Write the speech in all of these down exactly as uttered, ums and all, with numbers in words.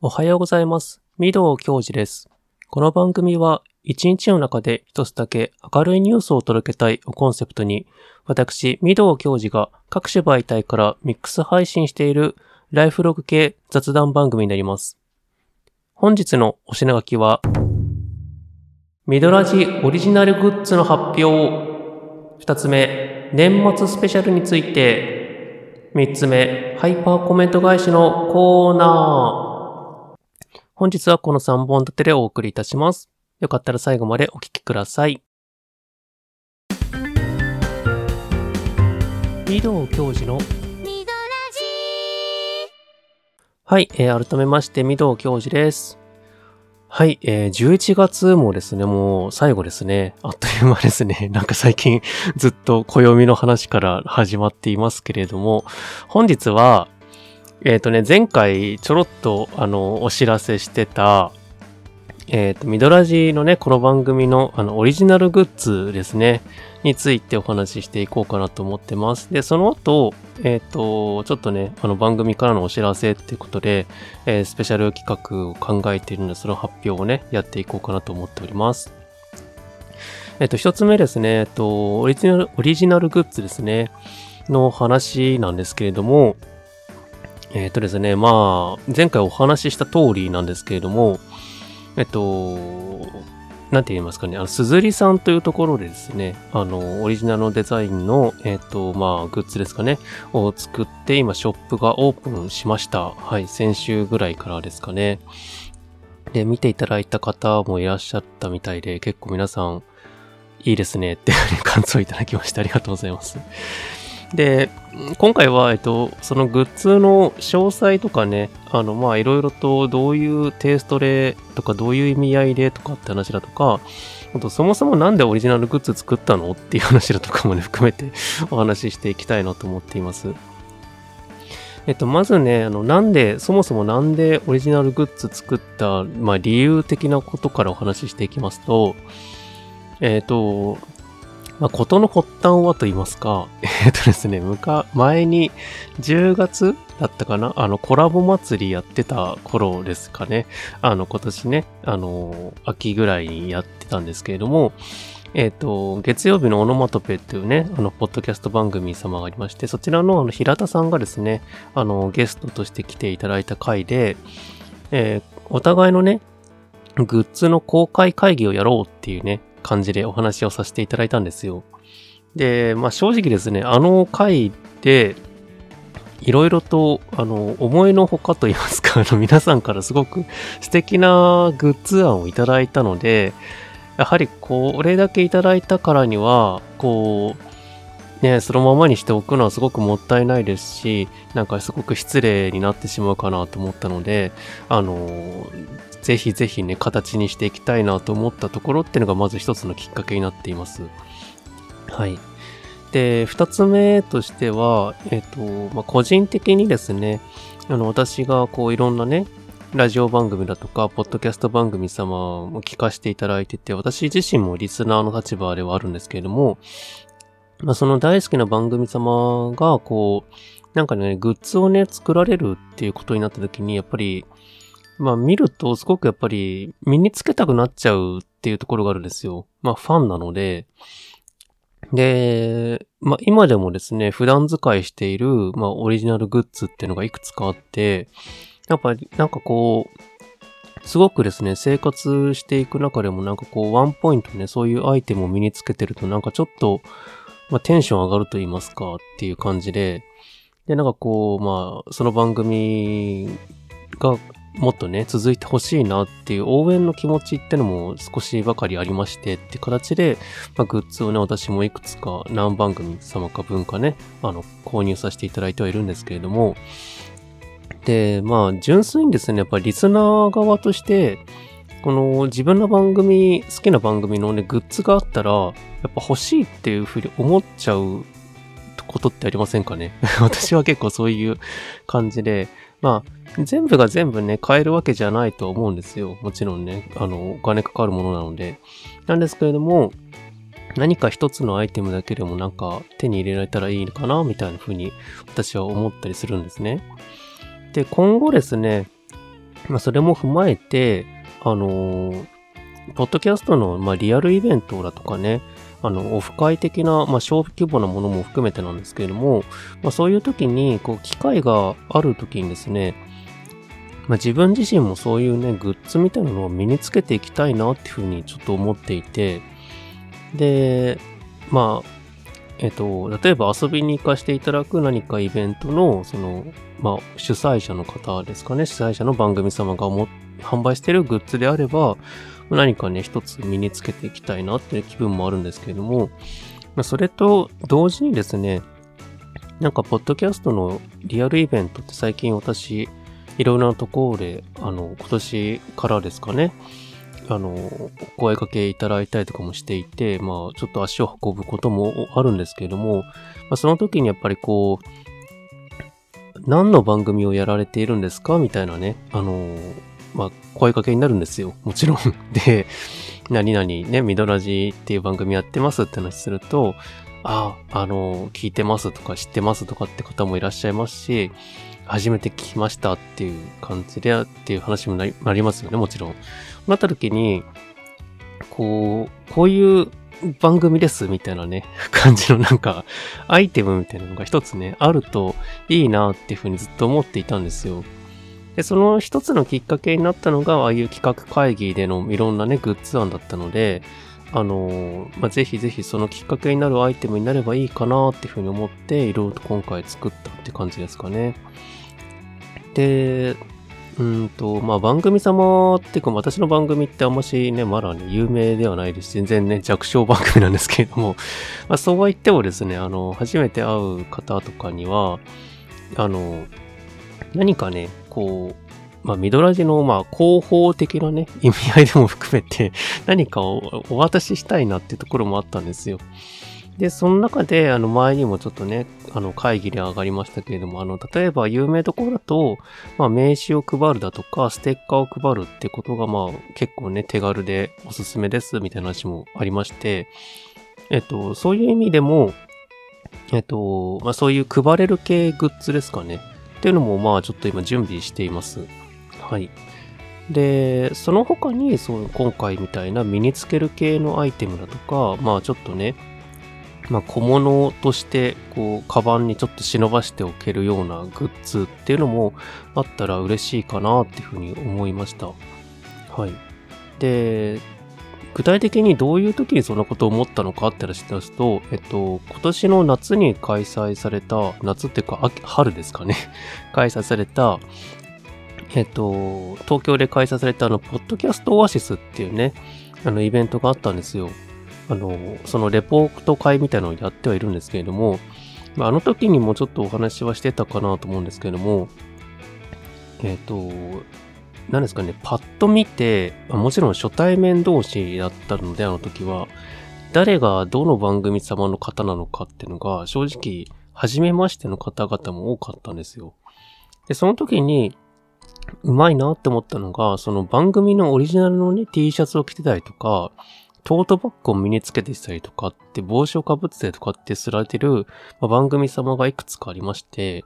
おはようございます。御堂教授です。この番組は一日の中で一つだけ明るいニュースを届けたいをコンセプトに、私、御堂教授が各種媒体からミックス配信しているライフログ系雑談番組になります。本日のお品書きは、ミドラジオリジナルグッズの発表。二つ目、年末スペシャルについて。三つ目、ハイパーコメント返しのコーナー。本日はこのさんぼん立てでお送りいたします。よかったら最後までお聞きください。御堂教授のミドラジはい、えー、改めまして御堂教授です。はい、えー、じゅういちがつもですね、もう最後ですね。あっという間ですね。なんか最近ずっと暦の話から始まっていますけれども、本日は、えっとね、前回ちょろっとあの、お知らせしてた、えっと、ミドラジのね、この番組のあの、オリジナルグッズですね、についてお話ししていこうかなと思ってます。で、その後、えっと、ちょっとね、あの、番組からのお知らせっていうことで、えー、スペシャル企画を考えているので、その発表をね、やっていこうかなと思っております。えっと、一つ目ですね、えっと、オリジナル、オリジナルグッズですね、の話なんですけれども、えっとですね、まあ、前回お話しした通りなんですけれども、えっと、なんて言いますかね、あの、すずりさんというところでですね、あの、オリジナルのデザインの、えっと、まあ、グッズですかね、を作って、今、ショップがオープンしました。はい、先週ぐらいからですかね。で、見ていただいた方もいらっしゃったみたいで、結構皆さん、いいですねって感想いただきまして、ありがとうございます。で、今回は、えっと、そのグッズの詳細とかね、あの、まあ、いろいろとどういうテイストでとか、どういう意味合いでとかって話だとか、あと、そもそもなんでオリジナルグッズ作ったのっていう話だとかもね、含めてお話ししていきたいなと思っています。えっと、まずね、あの、なんで、そもそもなんでオリジナルグッズ作った、まあ、理由的なことからお話ししていきますと、えっと、まあ、ことの発端はと言いますか、えっとですね、むか、前にじゅうがつだったかな、あの、コラボ祭りやってた頃ですかね。あの、今年ね、あの、秋ぐらいにやってたんですけれども、えっと、月曜日のオノマトペっていうね、あの、ポッドキャスト番組様がありまして、そちらのあの、平田さんがですね、あの、ゲストとして来ていただいた回で、えー、お互いのね、グッズの公開会議をやろうっていうね、感じでお話をさせていただいたんですよ。で、まあ正直ですね、あの回で、いろいろと、あの、思いのほかと言いますか、あの、皆さんからすごく素敵なグッズ案をいただいたので、やはりこれだけいただいたからには、こう、ね、そのままにしておくのはすごくもったいないですし、なんかすごく失礼になってしまうかなと思ったので、あの、ぜひぜひね、形にしていきたいなと思ったところっていうのがまず一つのきっかけになっています。はい。で、二つ目としては、えっと、まあ、個人的にですね、あの、私がこういろんなね、ラジオ番組だとか、ポッドキャスト番組様も聞かせていただいてて、私自身もリスナーの立場ではあるんですけれども、まあ、その大好きな番組様が、こう、なんかね、グッズをね、作られるっていうことになった時に、やっぱり、まあ見るとすごくやっぱり身につけたくなっちゃうっていうところがあるんですよ。まあファンなので。で、まあ今でもですね、普段使いしている、まあオリジナルグッズっていうのがいくつかあって、やっぱりなんかこう、すごくですね、生活していく中でもなんかこうワンポイントね、そういうアイテムを身につけてるとなんかちょっと、まあテンション上がると言いますかっていう感じで、でなんかこう、まあその番組がもっとね、続いてほしいなっていう応援の気持ちってのも少しばかりありましてって形で、まあ、グッズをね、私もいくつか何番組様か分かね、あの、購入させていただいてはいるんですけれども、で、まあ、純粋にですね、やっぱりリスナー側として、この自分の番組、好きな番組のね、グッズがあったら、やっぱ欲しいっていうふうに思っちゃうことってありませんかね。私は結構そういう感じで、まあ、全部が全部ね、買えるわけじゃないと思うんですよ。もちろんね、あの、お金かかるものなので。なんですけれども、何か一つのアイテムだけでもなんか手に入れられたらいいのかな、みたいな風に私は思ったりするんですね。で、今後ですね、 まあ、それも踏まえて、あのー、ポッドキャストの、まあ、リアルイベントだとかね、あの、オフ会的な、まあ、小規模なものも含めてなんですけれども、まあ、そういう時に、こう、機会がある時にですね、まあ、自分自身もそういうね、グッズみたいなのを身につけていきたいなっていうふうにちょっと思っていて、で、まあ、えっと、例えば遊びに行かせていただく何かイベントの、その、まあ、主催者の方ですかね、主催者の番組様がも販売しているグッズであれば、何かね、一つ身につけていきたいなっていう気分もあるんですけれども、まあ、それと同時にですね、なんか、ポッドキャストのリアルイベントって最近私、いろいろなところで、あの、今年からですかね、あの、お声掛けいただいたりとかもしていて、まあ、ちょっと足を運ぶこともあるんですけれども、まあ、その時にやっぱりこう、何の番組をやられているんですかみたいなね、あの、まあ、声掛けになるんですよ。もちろん。で、何々ね、ミドラジっていう番組やってますって話すると、ああ、あの、聞いてますとか知ってますとかって方もいらっしゃいますし、初めて聞きましたっていう感じでっていう話もなり、なりますよね、もちろん。なった時に、こう、こういう番組ですみたいなね、感じのなんか、アイテムみたいなのが一つね、あるといいなっていうふうにずっと思っていたんですよ。で、その一つのきっかけになったのが、ああいう企画会議でのいろんなね、グッズ案だったので、あのー、まあ、ぜひぜひそのきっかけになるアイテムになればいいかなっていうふうに思って、いろいろと今回作ったって感じですかね。で、うんと、まあ、番組様っていうか、私の番組ってあんましね、まだね、有名ではないですし、全然ね、弱小番組なんですけれども、まあ、そうは言ってもですね、あの、初めて会う方とかには、あの、何かね、こう、まあ、ミドラジの、まあ、広報的なね、意味合いでも含めて、何かをお渡ししたいなっていうところもあったんですよ。で、その中で、あの、前にもちょっとね、あの、会議で上がりましたけれども、あの、例えば有名どころだと、まあ、名刺を配るだとか、ステッカーを配るってことが、まあ、結構ね、手軽でおすすめです、みたいな話もありまして、えっと、そういう意味でも、えっと、まあ、そういう配れる系グッズですかね。っていうのも、まあ、ちょっと今準備しています。はい。で、その他に、そう、今回みたいな身につける系のアイテムだとか、まあ、ちょっとね、まあ、小物として、こう、カバンにちょっと忍ばしておけるようなグッズっていうのもあったら嬉しいかなっていうふうに思いました。はい。で、具体的にどういう時にそんなことを思ったのかって話しますと、えっと、今年の夏に開催された、夏っていうか、秋、春ですかね。開催された、えっと、東京で開催されたあの、ポッドキャストオアシスっていうね、あの、イベントがあったんですよ。あの、そのレポート会みたいなのをやってはいるんですけれども、あの時にもちょっとお話はしてたかなと思うんですけれども、えっと、何ですかね、パッと見て、もちろん初対面同士だったので、あの時は、誰がどの番組様の方なのかっていうのが、正直、初めましての方々も多かったんですよ。で、その時に、うまいなって思ったのが、その番組のオリジナルのね、T シャツを着てたりとか、トートバッグを身につけてたりとかって、帽子をかぶってたりとかってすられてる、まあ、番組様がいくつかありまして、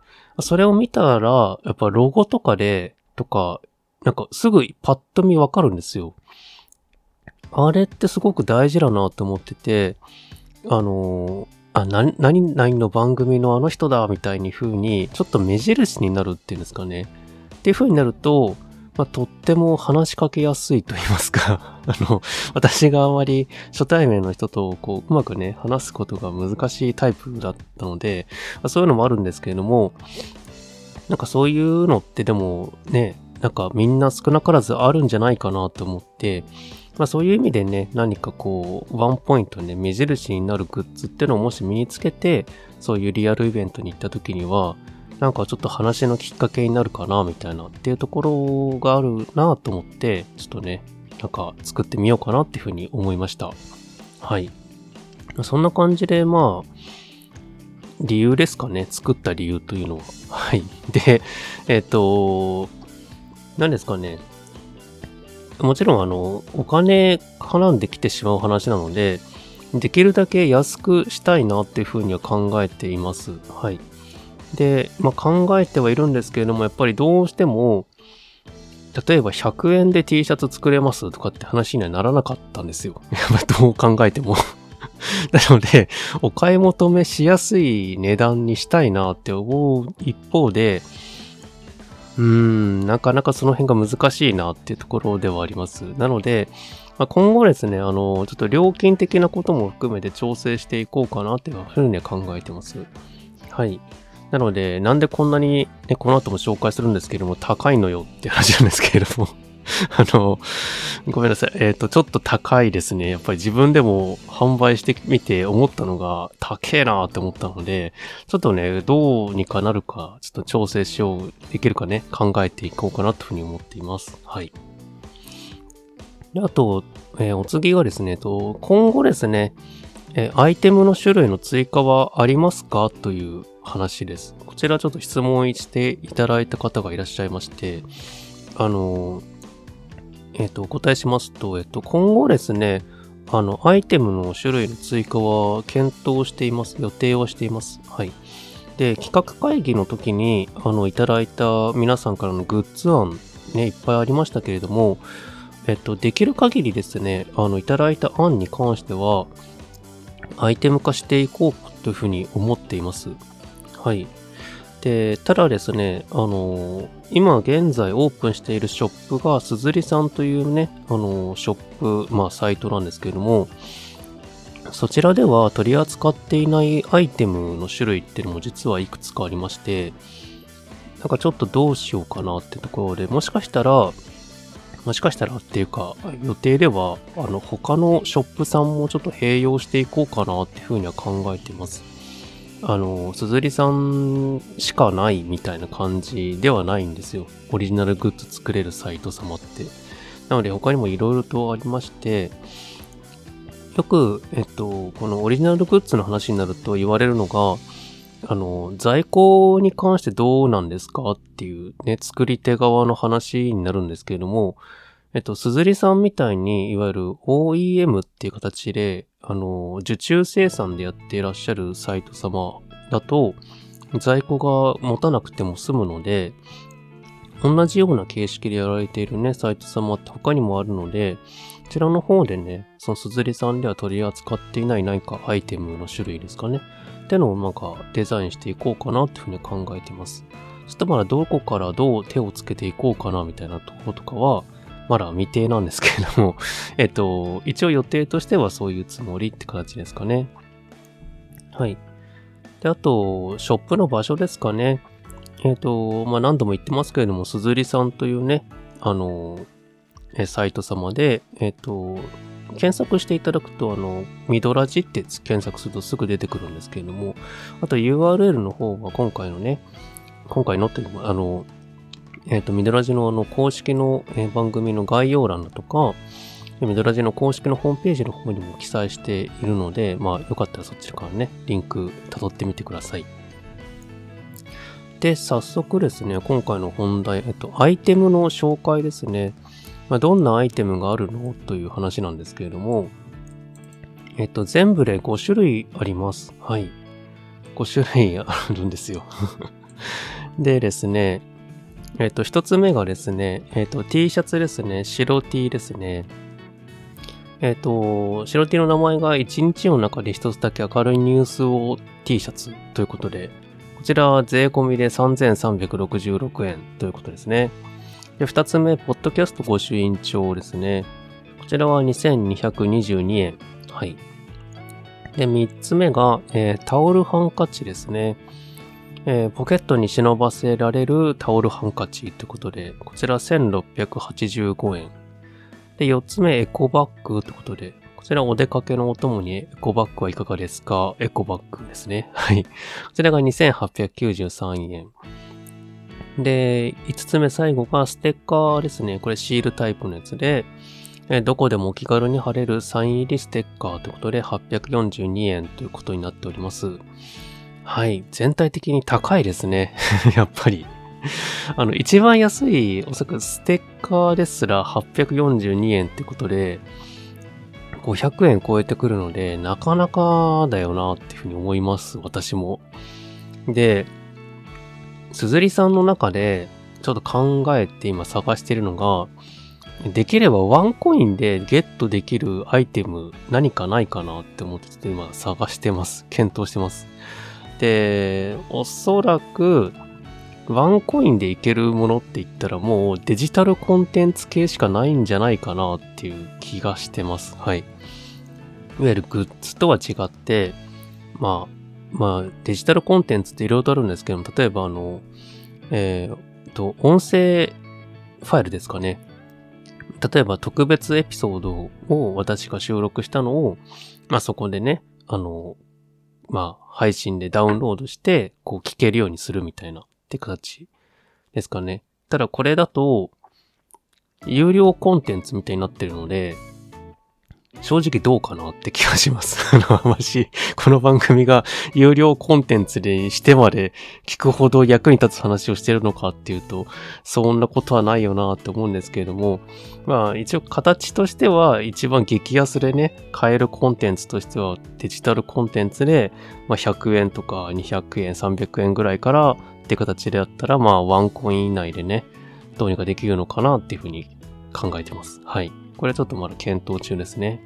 それを見たら、やっぱロゴとかで、とか、なんかすぐパッと見わかるんですよ。あれってすごく大事だなと思ってて、あのー、あ、な、何々の番組のあの人だ、みたいに風に、ちょっと目印になるっていうんですかね。っていう風になると、まあ、とっても話しかけやすいと言いますか、あの、私があまり初対面の人とこう、うまくね、話すことが難しいタイプだったので、まあ、そういうのもあるんですけれども、なんかそういうのってでもね、なんかみんな少なからずあるんじゃないかなと思って、まあそういう意味でね、何かこう、ワンポイントね、目印になるグッズっていうのをもし身につけて、そういうリアルイベントに行った時には、なんかちょっと話のきっかけになるかな、みたいなっていうところがあるなと思って、ちょっとね、なんか作ってみようかなっていうふうに思いました。はい。そんな感じで、まあ、理由ですかね。作った理由というのは。はい。で、えっと、何ですかね。もちろん、あの、お金絡んできてしまう話なので、できるだけ安くしたいなっていうふうには考えています。はい。で、まあ、考えてはいるんですけれども、やっぱりどうしても、 例えばひゃくえんで T シャツ作れますとかって話にはならなかったんですよ。やっぱどう考えても。なので、お買い求めしやすい値段にしたいなって思う一方で、うーん、なかなかその辺が難しいなっていうところではあります。なので、まあ、今後ですね、あの、ちょっと料金的なことも含めて調整していこうかなっていうふうには考えてます。はい。なので、なんでこんなに、ね、この後も紹介するんですけれども、高いのよって話なんですけれども。あの、ごめんなさい。えっと、ちょっと高いですね。やっぱり自分でも販売してみて思ったのが高えなって思ったので、ちょっとね、どうにかなるか、ちょっと調整しよう、できるかね、考えていこうかなというふうに思っています。はい。であと、えーお次がですね、と今後ですね、えーアイテムの種類の追加はありますかという話です。こちらちょっと質問していただいた方がいらっしゃいまして、あのーえっと、お答えしますと、えっと、今後ですね、あの、アイテムの種類の追加は検討しています。予定はしています。はい。で、企画会議の時に、あの、いただいた皆さんからのグッズ案、ね、いっぱいありましたけれども、えっと、できる限りですね、あの、いただいた案に関しては、アイテム化していこうというふうに思っています。はい。で、ただですね、あの、今現在オープンしているショップが、すずりさんというね、あの、ショップ、まあ、サイトなんですけれども、そちらでは取り扱っていないアイテムの種類っていうのも実はいくつかありまして、なんかちょっとどうしようかなってところで、もしかしたら、もしかしたらっていうか、予定では、あの、他のショップさんもちょっと併用していこうかなっていうふうには考えています。あの、すずりさんしかないみたいな感じではないんですよ。オリジナルグッズ作れるサイト様って。なので他にもいろいろとありまして、よく、えっと、このオリジナルグッズの話になると言われるのが、あの、在庫に関してどうなんですかっていうね、作り手側の話になるんですけれども、えっと、すずりさんみたいに、いわゆる オーイーエム っていう形で、あの、受注生産でやっていらっしゃるサイト様だと、在庫が持たなくても済むので、同じような形式でやられているね、サイト様って他にもあるので、こちらの方でね、そのすずりさんでは取り扱っていない何かアイテムの種類ですかね。ってのをなんかデザインしていこうかなっていうふうに考えています。そしてまだどこからどう手をつけていこうかなみたいなところとかは、まだ未定なんですけれども、えっと、一応予定としてはそういうつもりって形ですかね。はい。で、あと、ショップの場所ですかね。えっと、まあ、何度も言ってますけれども、すずりさんというね、あの、えサイト様で、えっと、検索していただくと、あの、ミドラジって検索するとすぐ出てくるんですけれども、あと ユーアールエル の方は今回のね、今回のっていうのも、あの、えっと、ミドラジのあの公式の、えー番組の概要欄だとか、ミドラジの公式のホームページの方にも記載しているので、まあ、よかったらそっちからね、リンク辿ってみてください。で、早速ですね、今回の本題、えっと、アイテムの紹介ですね。まあ、どんなアイテムがあるのという話なんですけれども、えっと、全部でご種類あります。はい。ご種類あるんですよ。でですね、えっと、一つ目がですね、えっと、T シャツですね。白 T ですね。えっと、白 T の名前が一日の中で一つだけ明るいニュースを T シャツということで、こちらは税込みでさんぜんさんびゃくろくじゅうろくえんということですね。で、二つ目、ポッドキャスト御朱印帳ですね。こちらはにせんにひゃくにじゅうにえん。はい。で、三つ目が、えータオルハンカチですね。えーポケットに忍ばせられるタオルハンカチということで、こちらせんろっぴゃくはちじゅうごえん。で、よっつめ、エコバッグということで、こちらお出かけのお供にエコバッグはいかがですか？エコバッグですね。はい。こちらがにせんはっぴゃくきゅうじゅうさんえん。で、いつつめ最後がステッカーですね。これシールタイプのやつで、えどこでもお気軽に貼れるサイン入りステッカーということではっぴゃくよんじゅうにえんということになっております。はい。全体的に高いですね。やっぱり。あの、一番安い、おそらくステッカーですらはっぴゃくよんじゅうにえんってことで、ごひゃくえん超えてくるので、なかなかだよなっていうふうに思います。私も。で、すずりさんの中で、 ちょっと考えて今探してるのが、できればワンコインでゲットできるアイテム何かないかなって思ってちょっと今探してます。検討してます。で、おそらくワンコインでいけるものって言ったらもうデジタルコンテンツ系しかないんじゃないかなっていう気がしてます。はい。いわゆるグッズとは違って、まあ、まあデジタルコンテンツっていろいろとあるんですけども、例えばあの、えー、と、音声ファイルですかね。例えば特別エピソードを私が収録したのを、まあそこでね、あの、まあ配信でダウンロードして、こう聞けるようにするみたいなって形ですかね。ただこれだと、有料コンテンツみたいになってるので、正直どうかなって気がします。あの、あまし、この番組が有料コンテンツにしてまで聞くほど役に立つ話をしてるのかっていうと、そんなことはないよなって思うんですけれども、まあ一応形としては一番激安でね、買えるコンテンツとしてはデジタルコンテンツで、まあ、ひゃくえんとかにひゃくえん、さんびゃくえんぐらいからって形であったら、まあワンコイン以内でね、どうにかできるのかなっていうふうに考えてます。はい。これはちょっとまだ検討中ですね。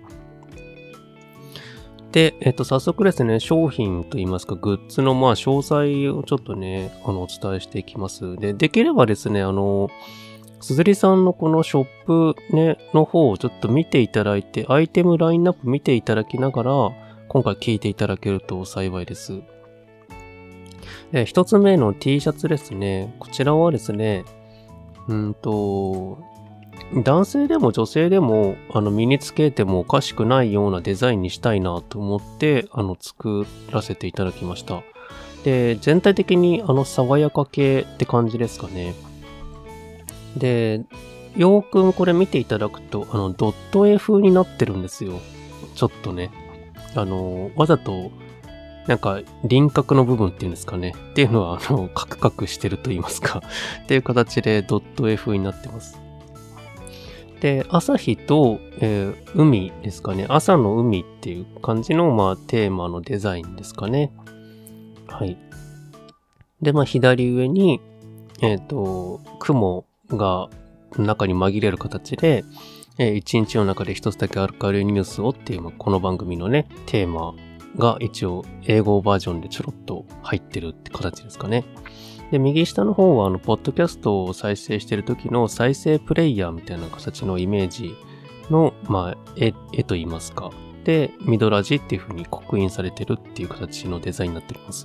で、えっと、早速ですね、商品といいますか、グッズのまあ詳細をちょっとね、あの、お伝えしていきます。で、できればですね、あの、すずりさんのこのショップね、の方をちょっと見ていただいて、アイテムラインナップ見ていただきながら、今回聞いていただけると幸いです。で、一つ目の T シャツですね。こちらはですね、うんと、男性でも女性でもあの身につけてもおかしくないようなデザインにしたいなと思ってあの作らせていただきました。で、全体的にあの爽やか系って感じですかね。で、よーくこれ見ていただくとあのドット絵風になってるんですよ。ちょっとね。あの、わざとなんか輪郭の部分っていうんですかね。っていうのはあのカクカクしてると言いますか。っていう形でドット絵風になってます。で、朝日と、えー、海ですかね。朝の海っていう感じの、まあ、テーマのデザインですかね。はい。で、まあ、左上に、えっと、雲が中に紛れる形で、えー、一日の中で一つだけ明るいニュースをっていう、この番組のね、テーマが一応、英語バージョンでちょろっと入ってるって形ですかね。で、右下の方は、あの、ポッドキャストを再生している時の再生プレイヤーみたいな形のイメージの、まあ、絵、絵と言いますか。で、ミドラジっていう風に刻印されてるっていう形のデザインになっております。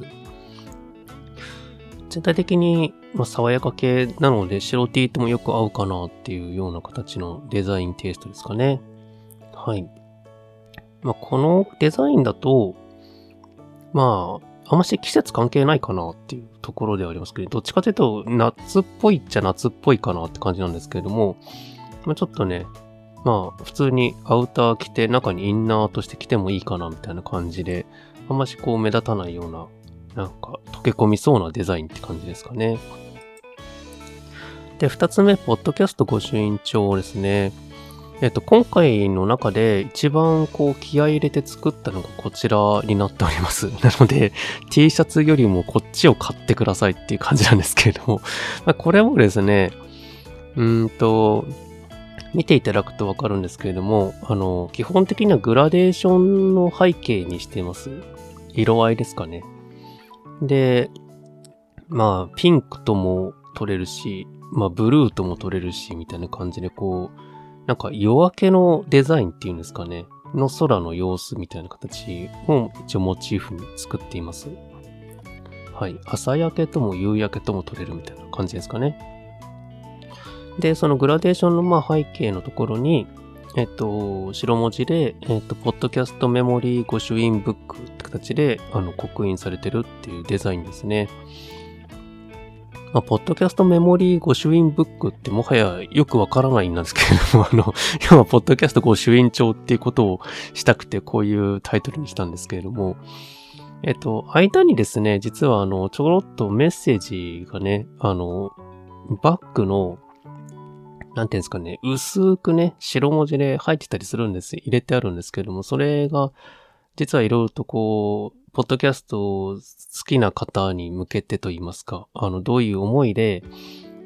全体的に、まあ、爽やか系なので、白 T ともよく合うかなっていうような形のデザインテイストですかね。はい。まあ、このデザインだと、まあ、あんまし季節関係ないかなっていうところではありますけど、どっちかというと夏っぽいっちゃ夏っぽいかなって感じなんですけれども、まあ、ちょっとね、まあ普通にアウター着て中にインナーとして着てもいいかなみたいな感じで、あんましこう目立たないような、なんか溶け込みそうなデザインって感じですかね。で、二つ目、ポッドキャスト御朱印帳ですね。えっと、今回の中で一番こう気合い入れて作ったのがこちらになっております。なので T シャツよりもこっちを買ってくださいっていう感じなんですけれども、まあ、これもですね、うーんと、見ていただくとわかるんですけれども、あの、基本的にはグラデーションの背景にしています。色合いですかね。で、まあ、ピンクとも取れるし、まあ、ブルーとも取れるし、みたいな感じでこう、なんか夜明けのデザインっていうんですかね。の空の様子みたいな形を一応モチーフに作っています。はい。朝焼けとも夕焼けとも撮れるみたいな感じですかね。で、そのグラデーションのまあ背景のところに、えっと、白文字で、えっと、ポッドキャストメモリー御朱印ブックって形で、あの、刻印されてるっていうデザインですね。まあ、ポッドキャストメモリー御朱印ブックってもはやよくわからないんですけれども、あの、要はポッドキャスト御朱印帳っていうことをしたくてこういうタイトルにしたんですけれども、えっと、間にですね、実はあの、ちょろっとメッセージがね、あの、バックの、なんていうんですかね、薄くね、白文字で入ってたりするんです。入れてあるんですけれども、それが、実はいろいろとこう、ポッドキャストを好きな方に向けてと言いますか、あの、どういう思いで、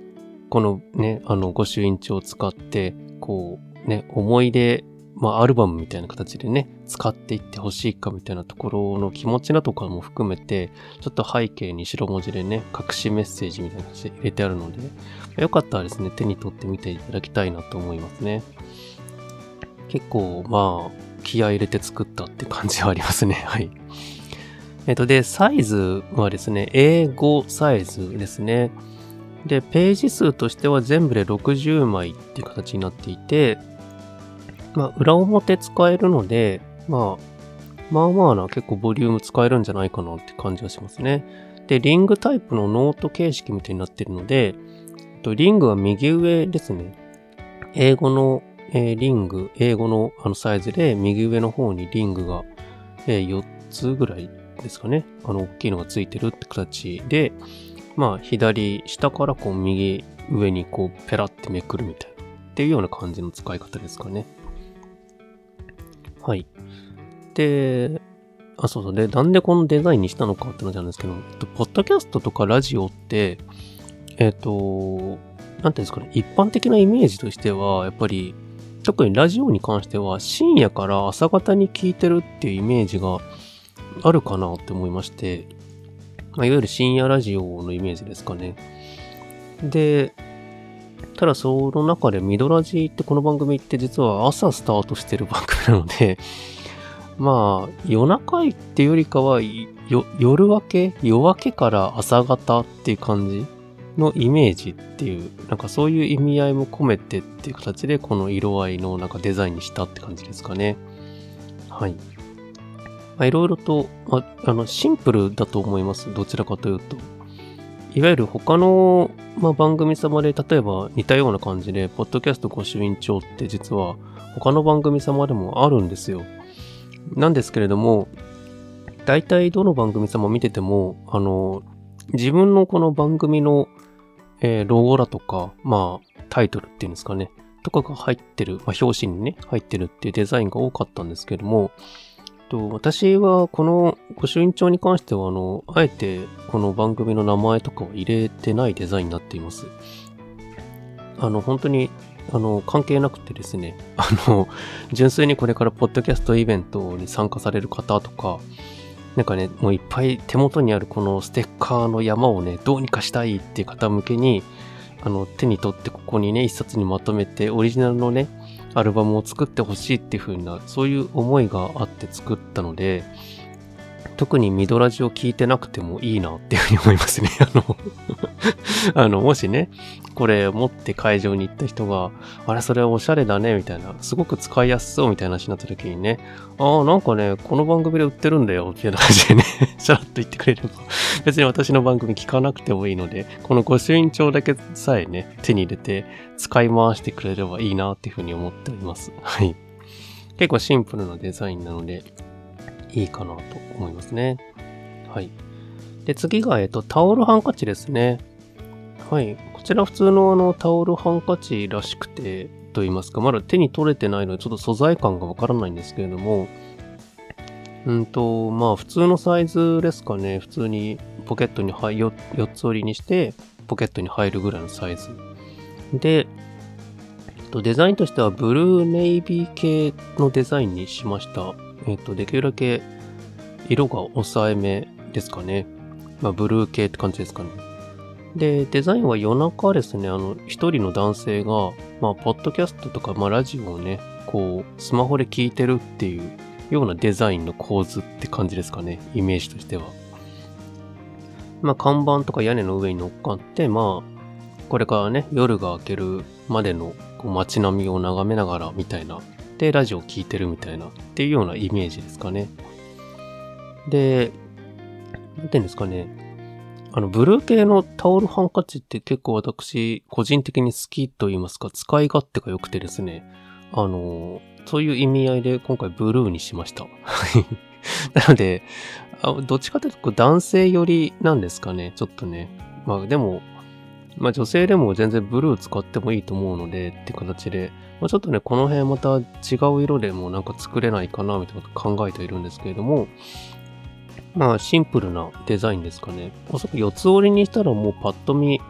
このね、あの、御朱印帳を使って、こう、ね、思い出、まあ、アルバムみたいな形でね、使っていってほしいかみたいなところの気持ちなとかも含めて、ちょっと背景に白文字でね、隠しメッセージみたいな感じで入れてあるので、よかったらですね、手に取ってみていただきたいなと思いますね。結構、まあ、気合い入れて作ったって感じはありますね。はい。えっと、で、サイズはですね、エーご サイズですね。で、ページ数としては全部でろくじゅうまいっていう形になっていて、まあ、裏表使えるので、まあ、まあまあな結構ボリューム使えるんじゃないかなって感じがしますね。で、リングタイプのノート形式みたいになっているので、リングは右上ですね。英語の、えー、リング、英語のあのサイズで右上の方にリングが、えー、よっつぐらいですかね。あの、大きいのがついてるって形で、まあ、左、下からこう右上にこうペラってめくるみたいなっていうような感じの使い方ですかね。はい。で、あ、そうそう。で、なんでこのデザインにしたのかって話なんですけど、ポッドキャストとかラジオって、えっと、なんていうんですかね、一般的なイメージとしては、やっぱり、特にラジオに関しては、深夜から朝方に聞いてるっていうイメージがあるかなって思いまして、まあ、いわゆる深夜ラジオのイメージですかね。で、ただその中でミドラジってこの番組って実は朝スタートしてる番組なので、まあ夜中っていうよりかはよ夜明け夜明けから朝方っていう感じのイメージっていう、なんかそういう意味合いも込めてっていう形でこの色合いのなんかデザインにしたって感じですかね。はい。まあ、いろいろと、まあ、あのシンプルだと思います。どちらかというと。いわゆる他の、まあ、番組様で、例えば似たような感じで、ポッドキャスト御朱印帳って実は他の番組様でもあるんですよ。なんですけれども、大体どの番組様見てても、あの、自分のこの番組の、えー、ロゴだとか、まあ、タイトルっていうんですかね、とかが入ってる、まあ、表紙にね、入ってるっていうデザインが多かったんですけれども、と私はこの御朱印帳に関してはあのあえてこの番組の名前とかを入れてないデザインになっています。あの本当にあの関係なくてですね、あの純粋にこれからポッドキャストイベントに参加される方とか、なんかねもういっぱい手元にあるこのステッカーの山をねどうにかしたいっていう方向けにあの手に取ってここにね一冊にまとめてオリジナルのねアルバムを作ってほしいっていう風な、そういう思いがあって作ったので、特にミドラジを聞いてなくてもいいなっていう風に思いますね。あの、あの、もしね、これ持って会場に行った人が、あれそれおしゃれだね、みたいな、すごく使いやすそうみたいな話になった時にね、ああ、なんかね、この番組で売ってるんだよ、みたいな感じでね、さらっと言ってくれれば、別に私の番組聞かなくてもいいので、この御朱印帳だけさえね、手に入れて使い回してくれればいいなっていうふうに思っております。はい。結構シンプルなデザインなので、いいかなと思いますね。はい。で、次が、えっと、タオルハンカチですね。はい。こちら普通のあのタオルハンカチらしくて、と言いますか、まだ手に取れてないので、ちょっと素材感がわからないんですけれども、うんと、まあ普通のサイズですかね。普通にポケットに入、よっつ折りにして、ポケットに入るぐらいのサイズ。で、デザインとしてはブルーネイビー系のデザインにしました。えっと、できるだけ色が抑えめですかね。まあ、ブルー系って感じですかね。で、デザインは夜中ですね、あの、一人の男性が、まあ、ポッドキャストとか、まあ、ラジオをね、こう、スマホで聞いてるっていうようなデザインの構図って感じですかね、イメージとしては。まあ、看板とか屋根の上に乗っかって、まあ、これからね、夜が明けるまでのこう街並みを眺めながらみたいな、で、ラジオを聞いてるみたいな、っていうようなイメージですかね。で、なんていうんですかね、あの、ブルー系のタオルハンカチって結構私、個人的に好きと言いますか、使い勝手が良くてですね、あの、そういう意味合いで今回ブルーにしました。なので、どっちかというと男性寄りなんですかね、ちょっとね。まあでも、まあ女性でも全然ブルー使ってもいいと思うのでって形で、まあ、ちょっとね、この辺また違う色でもなんか作れないかなみたいなこと考えているんですけれども、まあシンプルなデザインですかね。おそらく四つ折りにしたらもうパッと見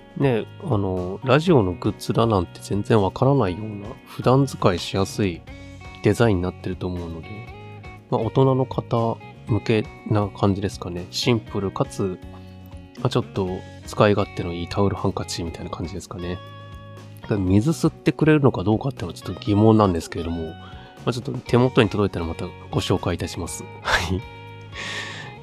ね、あの、ラジオのグッズだなんて全然わからないような、普段使いしやすいデザインになってると思うので、まあ、大人の方向けな感じですかね。シンプルかつ、まあ、ちょっと使い勝手のいいタオルハンカチみたいな感じですかね。水吸ってくれるのかどうかっていうのはちょっと疑問なんですけれども、まあ、ちょっと手元に届いたらまたご紹介いたします。はい。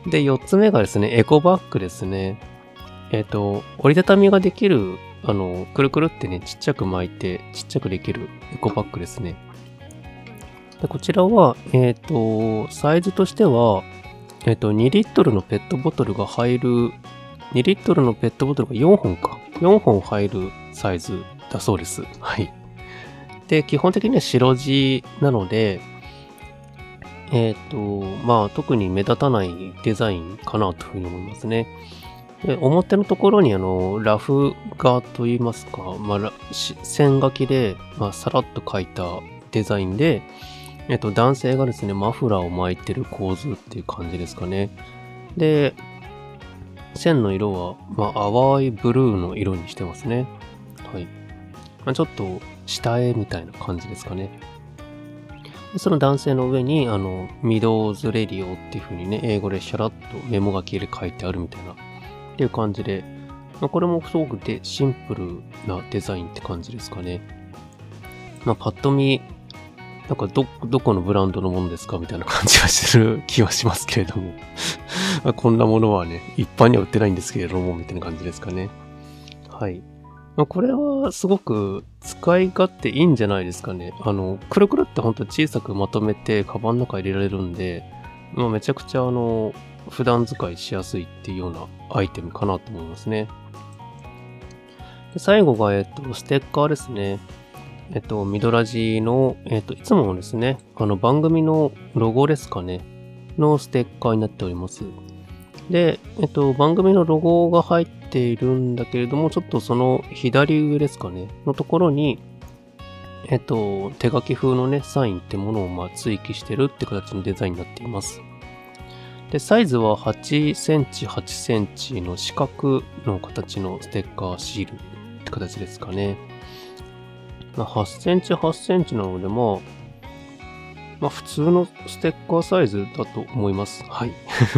で、よっつめがですね、エコバッグですね。えっと、折りたたみができる、あの、くるくるってね、ちっちゃく巻いて、ちっちゃくできるエコバッグですね。でこちらは、えっと、サイズとしては、えっと、にリットルのペットボトルが入る、にリットルのペットボトルがよんほんか。よんほん入るサイズだそうです。はい。で、基本的には白地なので、えっと、まあ、特に目立たないデザインかなというふうに思いますね。で表のところにあの、ラフ画といいますか、まあ、線書きで、まあ、さらっと描いたデザインで、えっと、男性がですね、マフラーを巻いてる構図っていう感じですかね。で、線の色は、まあ、淡いブルーの色にしてますね。はい。まあ、ちょっと、下絵みたいな感じですかね。でその男性の上に、あの、ミドーズレディオっていう風にね、英語でシャラッとメモ書きで書いてあるみたいな、っていう感じで、まあ、これもすごくでシンプルなデザインって感じですかね。まあ、パッと見、なんかど、どこのブランドのものですかみたいな感じがする気はしますけれども。まあこんなものはね、一般には売ってないんですけれども、みたいな感じですかね。はい。まあ、これはすごく使い勝手いいんじゃないですかね。あの、くるくるってほんと小さくまとめてカバンの中入れられるんで、まあ、めちゃくちゃあの、普段使いしやすいっていうようなアイテムかなと思いますね。で最後が、えっと、ステッカーですね。えっと、ミドラジの、えっと、いつもですね、あの、番組のロゴですかね、のステッカーになっております。で、えっと、番組のロゴが入っているんだけれども、ちょっとその左上ですかね、のところに、えっと、手書き風のね、サインってものをまあ追記してるって形のデザインになっています。で、サイズははちセンチ、はちセンチの四角の形のステッカーシールって形ですかね。まあ、はちセンチ、はちセンチなので、まあ、まあ、普通のステッカーサイズだと思います。はい。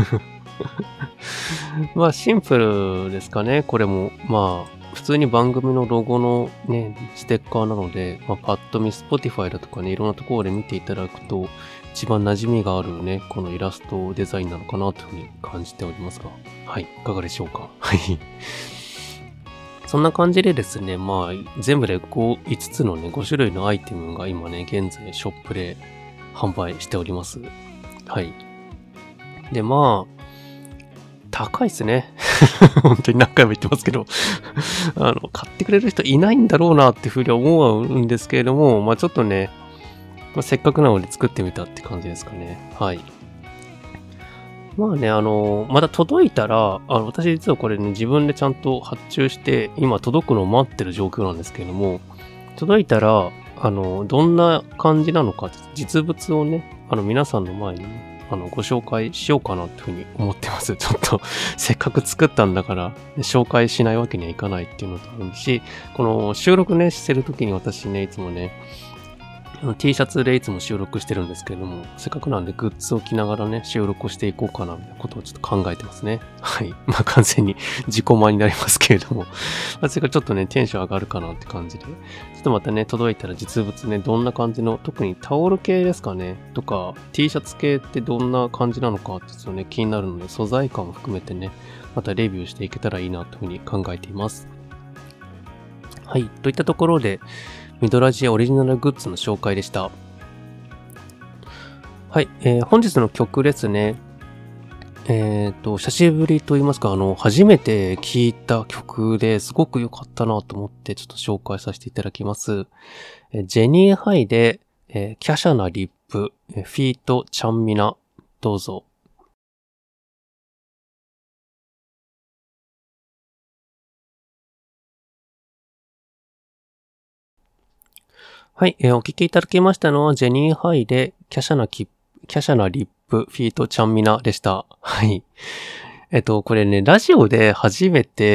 まあ、シンプルですかね。これも、まあ、普通に番組のロゴのね、ステッカーなので、まあ、パッと見 Spotify だとかね、いろんなところで見ていただくと、一番馴染みがあるね、このイラストデザインなのかなというふうに感じておりますが、はい、いかがでしょうか。はい。そんな感じでですね、まあ、全部でご、いつつのね、ご種類のアイテムが今ね、現在ショップで販売しております。はい。で、まあ、高いですね。本当に何回も言ってますけどあの、買ってくれる人いないんだろうなっていうふうに思うんですけれども、まあちょっとね、まあ、せっかくなので作ってみたって感じですかね。はい。まあね、あの、まだ届いたら、あの、私実はこれね、自分でちゃんと発注して、今届くのを待ってる状況なんですけれども、届いたら、あの、どんな感じなのか、実物をね、あの、皆さんの前に、あの、ご紹介しようかなっていうふうに思ってます。ちょっと、せっかく作ったんだから、紹介しないわけにはいかないっていうのとあるし、この収録ね、してる時に私ね、いつもね、T シャツでいつも収録してるんですけれども、せっかくなんでグッズを着ながらね、収録をしていこうかな、みたいなことをちょっと考えてますね。はい。まあ完全に自己満になりますけれども、まあ、それがちょっとね、テンション上がるかなって感じで、ちょっとまたね、届いたら実物ね、どんな感じの、特にタオル系ですかね、とか、T シャツ系ってどんな感じなのかってちょっとね、気になるので、素材感も含めてね、またレビューしていけたらいいなというふうに考えています。はい。といったところで、ミドラジオリジナルグッズの紹介でした。はい、えー、本日の曲ですね。えっと、久しぶりと言いますか、あの、初めて聴いた曲ですごく良かったなと思ってちょっと紹介させていただきます。えー、ジェニーハイで、えー、キャシャなリップ、えー、フィートチャンミナ、どうぞ。はい、えー、お聴きいただきましたのは、ジェニーハイで、キャシャなキップ、キャシャなリップ、フィートチャンミナでした。はい。えっと、これね、ラジオで初めて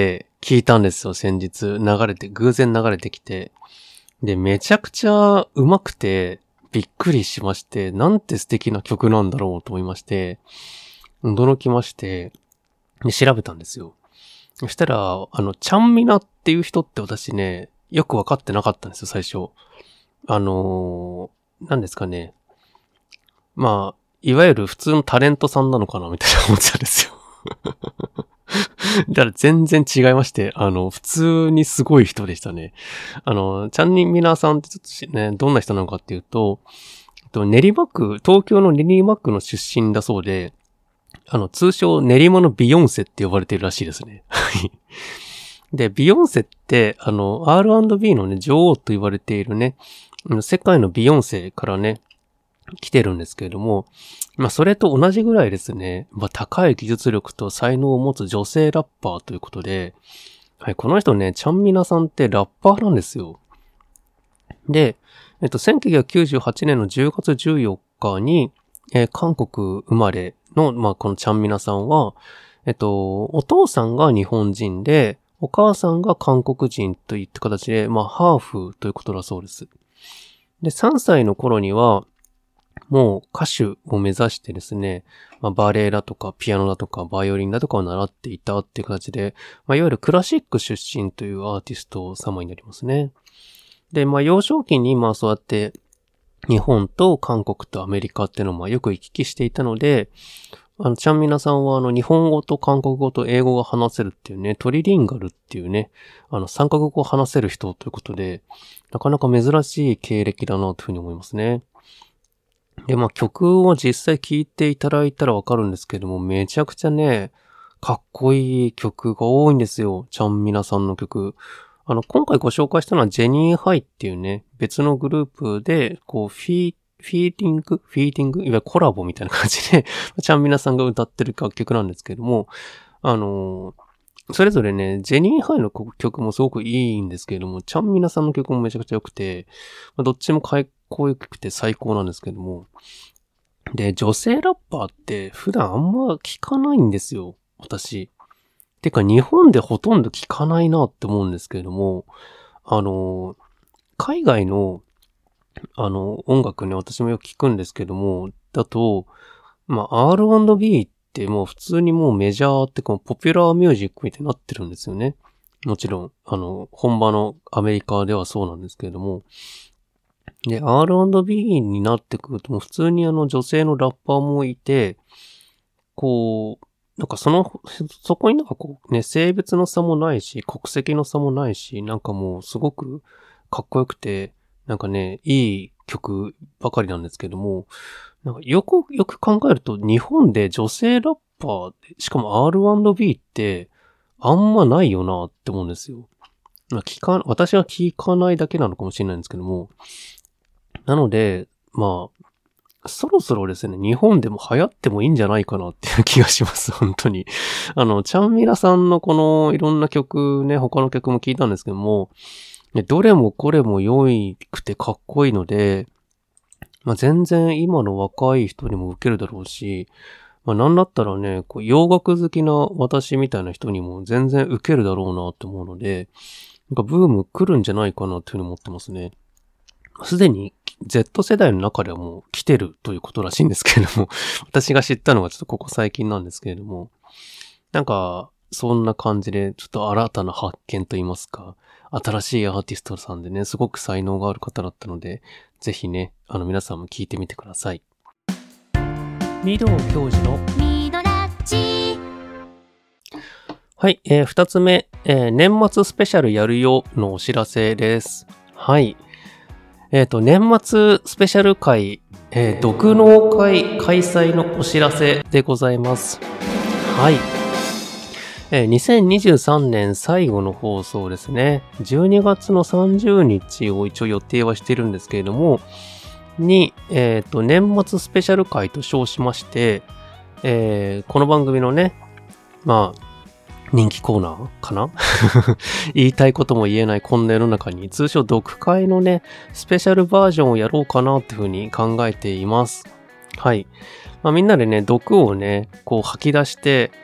聞いたんですよ、先日。流れて、偶然流れてきて。で、めちゃくちゃ上手くて、びっくりしまして、なんて素敵な曲なんだろうと思いまして、驚きまして、で、調べたんですよ。そしたら、あの、ちゃんみなっていう人って私ね、よくわかってなかったんですよ、最初。あのー、なんですかね。まあ、いわゆる普通のタレントさんなのかなみたいな思ってたんですよ。だから全然違いまして、あの、普通にすごい人でしたね。あの、ちゃんみなさんってちょっとね、どんな人なのかっていうと、練馬区、東京の練馬区の出身だそうで、あの、通称練馬のビヨンセって呼ばれてるらしいですね。で、ビヨンセって、あの、アールアンドビー のね、女王と言われているね、世界のビヨンセからね、来てるんですけれども、まあ、それと同じぐらいですね、まあ、高い技術力と才能を持つ女性ラッパーということで、はい、この人ね、ちゃんみなさんってラッパーなんですよ。で、えっと、せんきゅうひゃくきゅうじゅうはちねんのじゅうがつじゅうよっかに、えー、韓国生まれの、まあ、このちゃんみなさんは、えっと、お父さんが日本人で、お母さんが韓国人といった形で、まあ、ハーフということだそうです。で、さんさいの頃には、もう歌手を目指してですね、まあ、バレエだとかピアノだとかバイオリンだとかを習っていたっていう形で、まあ、いわゆるクラシック出身というアーティスト様になりますね。で、まあ幼少期にまあそうやって日本と韓国とアメリカっていうのをまあよく行き来していたので、あの、ちゃんみなさんはあの日本語と韓国語と英語が話せるっていうね、トリリンガルっていうね、あの三カ国語を話せる人ということで、なかなか珍しい経歴だなというふうに思いますね。で、まあ曲を実際聴いていただいたらわかるんですけども、めちゃくちゃね、かっこいい曲が多いんですよ。ちゃんみなさんの曲。あの、今回ご紹介したのはジェニーハイっていうね、別のグループで、こう、フィー、フィーティングフィーティングいわゆるコラボみたいな感じで、ちゃんみなさんが歌ってる楽曲なんですけども、あのー、それぞれね、ジェニーハイの曲もすごくいいんですけれども、ちゃんみなさんの曲もめちゃくちゃ良くて、まあ、どっちもかっこよくて最高なんですけども、で、女性ラッパーって普段あんま聞かないんですよ、私。てか日本でほとんど聞かないなって思うんですけれども、あの、海外の、あの、音楽ね、私もよく聞くんですけども、だと、まあ、アールアンドビー ってもう普通にもうメジャーってかポピュラーミュージックみたいになってるんですよね。もちろん、あの、本場のアメリカではそうなんですけれども、で、アールアンドビー になってくると、もう普通にあの女性のラッパーもいて、こう、なんかその、そこになんかこうね、性別の差もないし、国籍の差もないし、なんかもうすごくかっこよくて、なんかね、いい曲ばかりなんですけども、なんかよく、よく考えると日本で女性ラッパー、しかも アールアンドビー ってあんまないよなって思うんですよ。まあ、聞か、私は聞かないだけなのかもしれないんですけども、なので、まあ、そろそろですね、日本でも流行ってもいいんじゃないかなっていう気がします、本当に。あの、ちゃんみなさんのこのいろんな曲ね、他の曲も聞いたんですけども、どれもこれも良くてかっこいいので、まあ、全然今の若い人にも受けるだろうし、まあ、なんだったらね、こう洋楽好きな私みたいな人にも全然受けるだろうなって思うので、なんかブーム来るんじゃないかなっていうふうに思ってますね。すでに Z 世代の中ではもう来てるということらしいんですけれども、私が知ったのがちょっとここ最近なんですけれども、なんか、そんな感じで、ちょっと新たな発見といいますか、新しいアーティストさんでね、すごく才能がある方だったので、ぜひね、あの皆さんも聞いてみてください。御堂教授のミドラッチ。はい、えー、二つ目、えー、年末スペシャルやるよのお知らせです。はい。えっと、年末スペシャル会、えー、読農会開催のお知らせでございます。はい。えー、にせんにじゅうさんねん最後の放送ですね。じゅうにがつのさんじゅうにちを一応予定はしているんですけれども、に、えっと、年末スペシャル会と称しまして、えー、この番組のね、まあ、人気コーナーかな言いたいことも言えないこんな世の中に通称読会のね、スペシャルバージョンをやろうかなっていうふうに考えています。はい。まあみんなでね、毒をね、こう吐き出して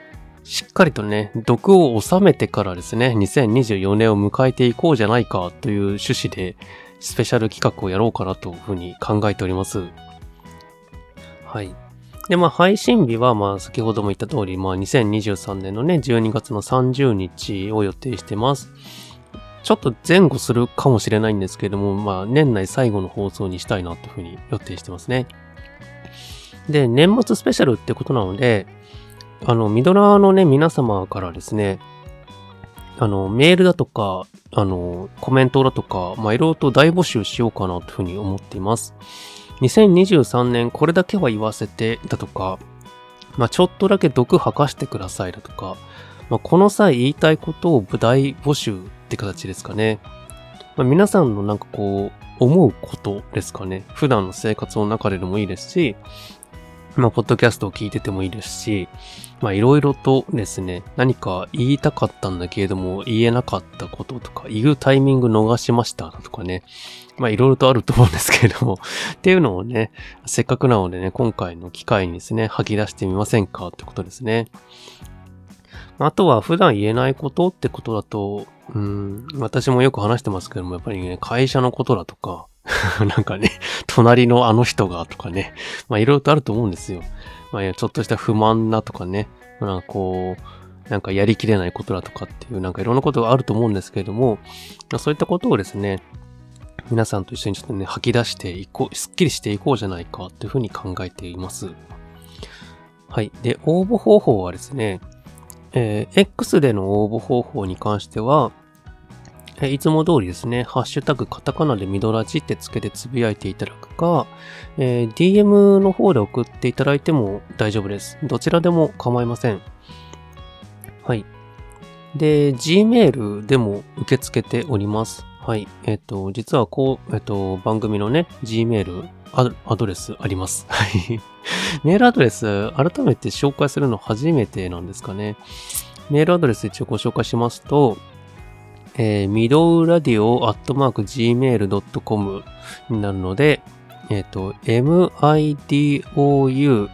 しっかりとね、毒を収めてからですね、にせんにじゅうよねんを迎えていこうじゃないかという趣旨で、スペシャル企画をやろうかなというふうに考えております。はい。で、まあ、配信日は、まあ、先ほども言った通り、まあ、にせんにじゅうさんねんのね、じゅうにがつのさんじゅうにちを予定してます。ちょっと前後するかもしれないんですけれども、まあ、年内最後の放送にしたいなというふうに予定してますね。で、年末スペシャルってことなので、あの、ミドラーのね、皆様からですね、あの、メールだとか、あの、コメントだとか、まあ、いろいろと大募集しようかなというふうに思っています。にせんにじゅうさんねんこれだけは言わせてだとか、まあ、ちょっとだけ毒吐かしてくださいだとか、まあ、この際言いたいことを大募集って形ですかね。まあ、皆さんのなんかこう、思うことですかね。普段の生活の中ででもいいですし、まあ、ポッドキャストを聞いててもいいですし、まあ、いろいろとですね、何か言いたかったんだけれども、言えなかったこととか、言うタイミング逃しましたとかね、まあ、いろいろとあると思うんですけれども、っていうのをね、せっかくなのでね、今回の機会にですね、吐き出してみませんかってことですね。あとは、普段言えないことってことだと、うーん、私もよく話してますけども、やっぱりね、会社のことだとか、なんかね、隣のあの人がとかね、まあいろいろとあると思うんですよ。まあちょっとした不満だとかね、なんかこう、なんかやりきれないことだとかっていう、なんかいろんなことがあると思うんですけれども、そういったことをですね、皆さんと一緒にちょっとね、吐き出していこう、すっきりしていこうじゃないかというふうに考えています。はい。で、応募方法はですね、えー、X での応募方法に関しては、いつも通りですね、ハッシュタグカタカナでミドラジってつけてつぶやいていただくか、えー、ディーエム の方で送っていただいても大丈夫です。どちらでも構いません。はい。で、Gmail でも受け付けております。はい。えっ、ー、と、実はこう、えっ、ー、と、番組のね、Gmail アドレスあります。はい。メールアドレス、改めて紹介するの初めてなんですかね。メールアドレス一応ご紹介しますと、えー、ミドウラディオアットマーク ジーメールドットコム になるので、えっ、ー、と、ミドウラディ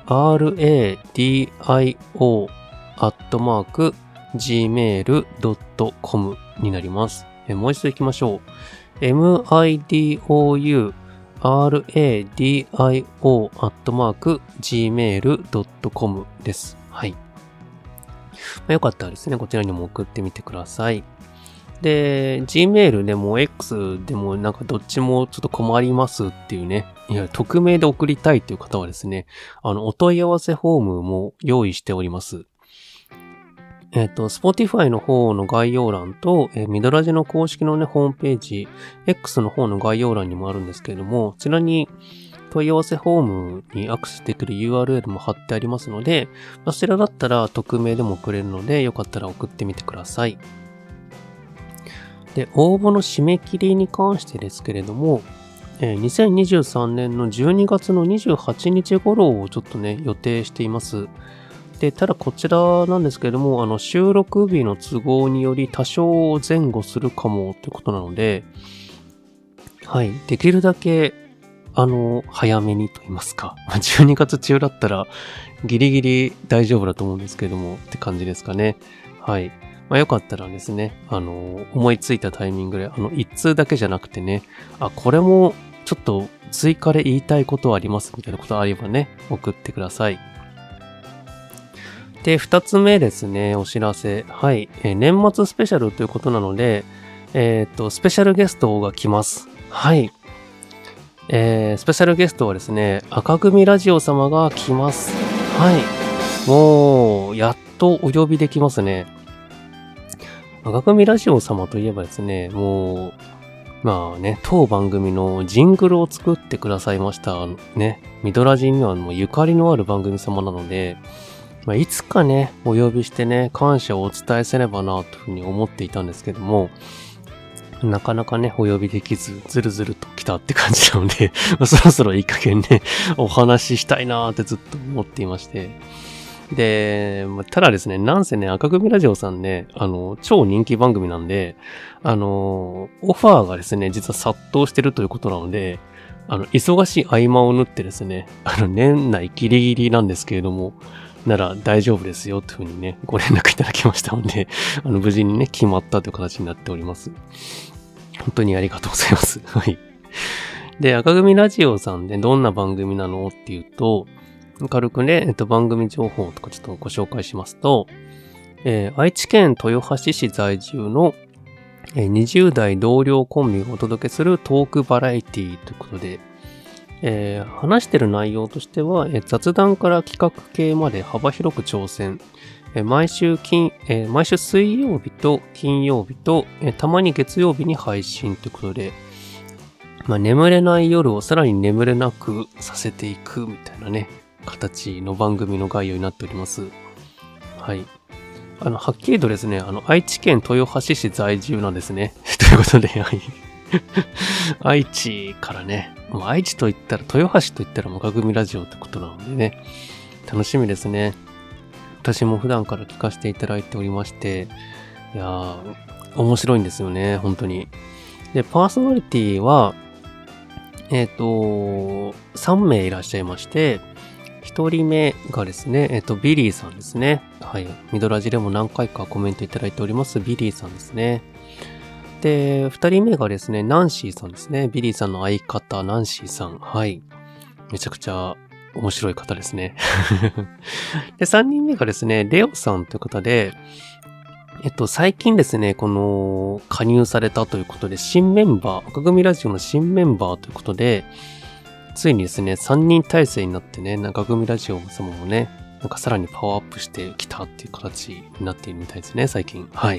オ アットマーク ジーメールドットコム になります。えー、もう一度行きましょう。ミドウラディオ アットマーク ジーメールドットコム です。はい。まあ、よかったらですね、こちらにも送ってみてください。で、Gmail でも X でもなんかどっちもちょっと困りますっていうね、いや、匿名で送りたいという方はですね、あの、お問い合わせフォームも用意しております。えっと、Spotify の方の概要欄と、えー、ミドラジの公式のね、ホームページ、X の方の概要欄にもあるんですけれども、こちらに問い合わせフォームにアクセスできる ユーアールエル も貼ってありますので、そちらだったら匿名でも送れるので、よかったら送ってみてください。で、応募の締め切りに関してですけれども、えー、にせんにじゅうさんねんのじゅうにがつのにじゅうはちにち頃をちょっとね、予定しています。で、ただこちらなんですけれども、あの、収録日の都合により多少前後するかもということなので、はい、できるだけ、あの、早めにと言いますか、じゅうにがつ中だったらギリギリ大丈夫だと思うんですけれども、って感じですかね。はい。まあよかったらですね、あの、思いついたタイミングで、あの、一通だけじゃなくてね、あ、これもちょっと追加で言いたいことありますみたいなことあればね、送ってください。で、二つ目ですね、お知らせ。はい、えー、年末スペシャルということなので、えっと、スペシャルゲストが来ます。はい。えー、スペシャルゲストはですね、赤組ラジオ様が来ます。はい。もう、やっとお呼びできますね。赤組ラジオ様といえばですね、もう、まあね、当番組のジングルを作ってくださいました。ね、ミドラジにはもうゆかりのある番組様なので、まあ、いつかね、お呼びしてね、感謝をお伝えせればな、というふうに思っていたんですけども、なかなかね、お呼びできず、ずるずると来たって感じなので、そろそろいい加減ね、お話ししたいなーってずっと思っていまして。で、ただですね、なんせね、赤組ラジオさんね、あの、超人気番組なんで、あの、オファーがですね、実は殺到してるということなので、あの、忙しい合間を縫ってですね、あの、年内ギリギリなんですけれども、 なら大丈夫ですよというふうにね、ご連絡いただきましたので、あの、無事にね、決まったという形になっております。本当にありがとうございます。はい。で、赤組ラジオさんでどんな番組なのっていうと、軽くね、えっと、番組情報とかちょっとご紹介しますと、えー、愛知県豊橋市在住の、えー、にじゅう代同僚コンビがお届けするトークバラエティということで、えー、話してる内容としては、えー、雑談から企画系まで幅広く挑戦、えー、毎週金、えー、毎週水曜日と金曜日と、えー、たまに月曜日に配信ということで、まあ、眠れない夜をさらに眠れなくさせていくみたいなね、形の番組の概要になっております。はい。あの、はっきりとですね、あの、愛知県豊橋市在住なんですね。ということで、はい。愛知からね、もう愛知と言ったら、豊橋と言ったら赤組ラジオってことなのでね、楽しみですね。私も普段から聞かせていただいておりまして、いやー、面白いんですよね、本当に。で、パーソナリティは、えっと、さん名いらっしゃいまして、一人目がですね、えっと、ビリーさんですね。はい。ミドラジでも何回かコメントいただいております、ビリーさんですね。で、二人目がですね、ナンシーさんですね。ビリーさんの相方、ナンシーさん。はい。めちゃくちゃ面白い方ですね。で、三人目がですね、レオさんという方で、えっと、最近ですね、この、加入されたということで、新メンバー、赤組ラジオの新メンバーということで、ついにですね、さんにん体制になってね、赤組ラジオ様もね、なんかさらにパワーアップしてきたっていう形になっているみたいですね、最近。はい。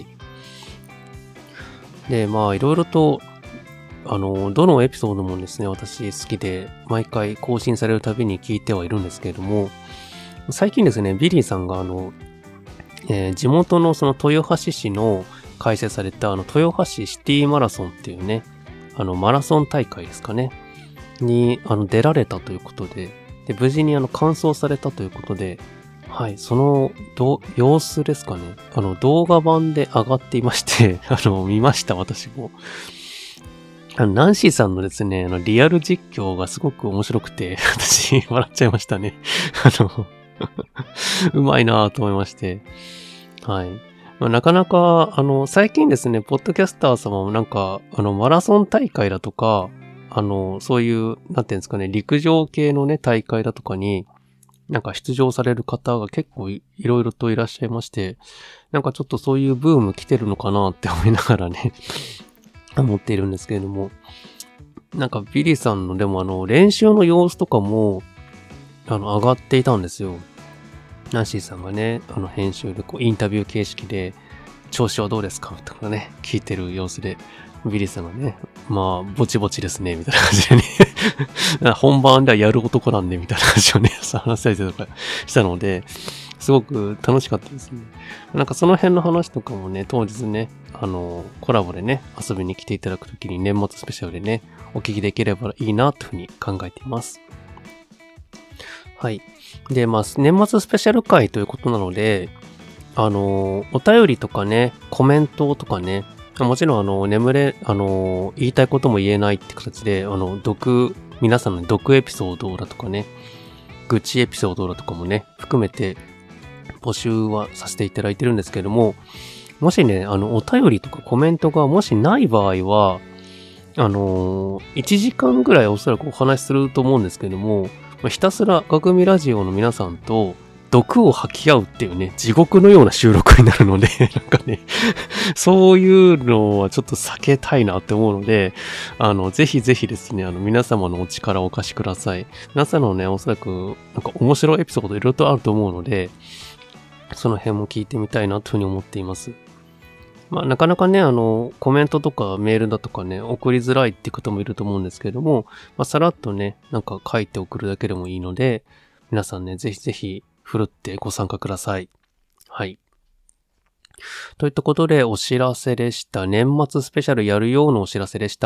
で、まあ、いろいろと、あの、どのエピソードもですね、私好きで、毎回更新されるたびに聞いてはいるんですけれども、最近ですね、ビリーさんがあの、えー、地元のその豊橋市の開催されたあの、豊橋シティマラソンっていうね、あの、マラソン大会ですかね。に、あの、出られたということで、で、無事にあの、完走されたということで、はい、その、ど、様子ですかね。あの、動画版で上がっていまして、あの、見ました、私も。あの、ナンシーさんのですね、あの、リアル実況がすごく面白くて、私、笑っちゃいましたね。あの、うまいなぁと思いまして。はい。まあ、なかなか、あの、最近ですね、ポッドキャスター様もなんか、あの、マラソン大会だとか、あの、そういう、なんていうんですかね、陸上系のね、大会だとかに、なんか出場される方が結構いろいろといらっしゃいまして、なんかちょっとそういうブーム来てるのかなって思いながらね、思っているんですけれども、なんかビリーさんのでもあの、練習の様子とかも、あの、上がっていたんですよ。ナンシーさんがね、あの、編集でこう、インタビュー形式で、調子はどうですかとかね、聞いてる様子で、ビリーさんがね、まあ、ぼちぼちですね、みたいな感じでね、本番ではやる男なんで、みたいな感じをね、話したりとかしたので、すごく楽しかったですね。なんかその辺の話とかもね、当日ね、あの、コラボでね、遊びに来ていただくときに年末スペシャルでね、お聞きできればいいな、というふうに考えています。はい。で、まあ、年末スペシャル回ということなので、あの、お便りとかね、コメントとかね、もちろんあの、眠れ、あの、言いたいことも言えないって形で、あの、毒、皆さんの毒エピソードだとかね、愚痴エピソードだとかもね、含めて募集はさせていただいてるんですけども、もしね、あの、お便りとかコメントがもしない場合は、あの、いちじかんぐらいおそらくお話しすると思うんですけども、ひたすら赤組ラジオの皆さんと毒を吐き合うっていうね、地獄のような収録になるので、なんかね、そういうのはちょっと避けたいなって思うので、あの、ぜひぜひですね、あの、皆様のお力をお貸しください。皆さんのね、おそらく、なんか面白いエピソードいろいろとあると思うので、その辺も聞いてみたいなというふうに思っています。まあ、なかなかね、あの、コメントとかメールだとかね、送りづらいっていう方もいると思うんですけれども、まあ、さらっとね、なんか書いて送るだけでもいいので、皆さんね、ぜひぜひ、ふるってご参加ください。はい。といったことで、お知らせでした。年末スペシャルやるようなお知らせでした。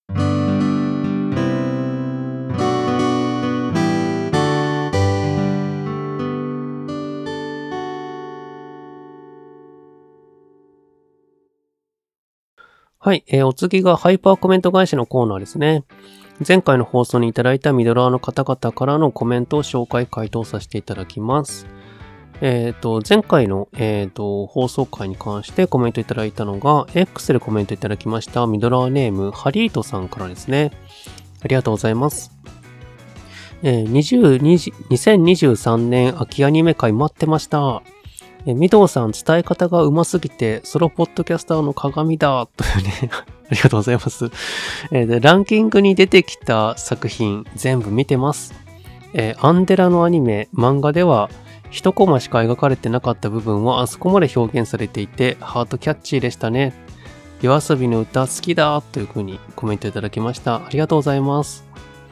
はい、えー、お次がハイパーコメント返しのコーナーですね。前回の放送にいただいたミドラーの方々からのコメントを紹介回答させていただきます。 えっと、前回の、えっと、放送回に関してコメントいただいたのが、X でコメントいただきましたミドラーネーム、ハリートさんからですね。ありがとうございます。えー、にじゅうに にせんにじゅうさんねん秋アニメ会待ってました。えー、ミドウさん伝え方が上手すぎて、ソロポッドキャスターの鏡だ、というね、ありがとうございます。えーで。ランキングに出てきた作品、全部見てます。えー、アンデラのアニメ、漫画では、一コマしか描かれてなかった部分はあそこまで表現されていて、ハートキャッチーでしたね。夜遊びの歌好きだ、という風にコメントいただきました。ありがとうございます。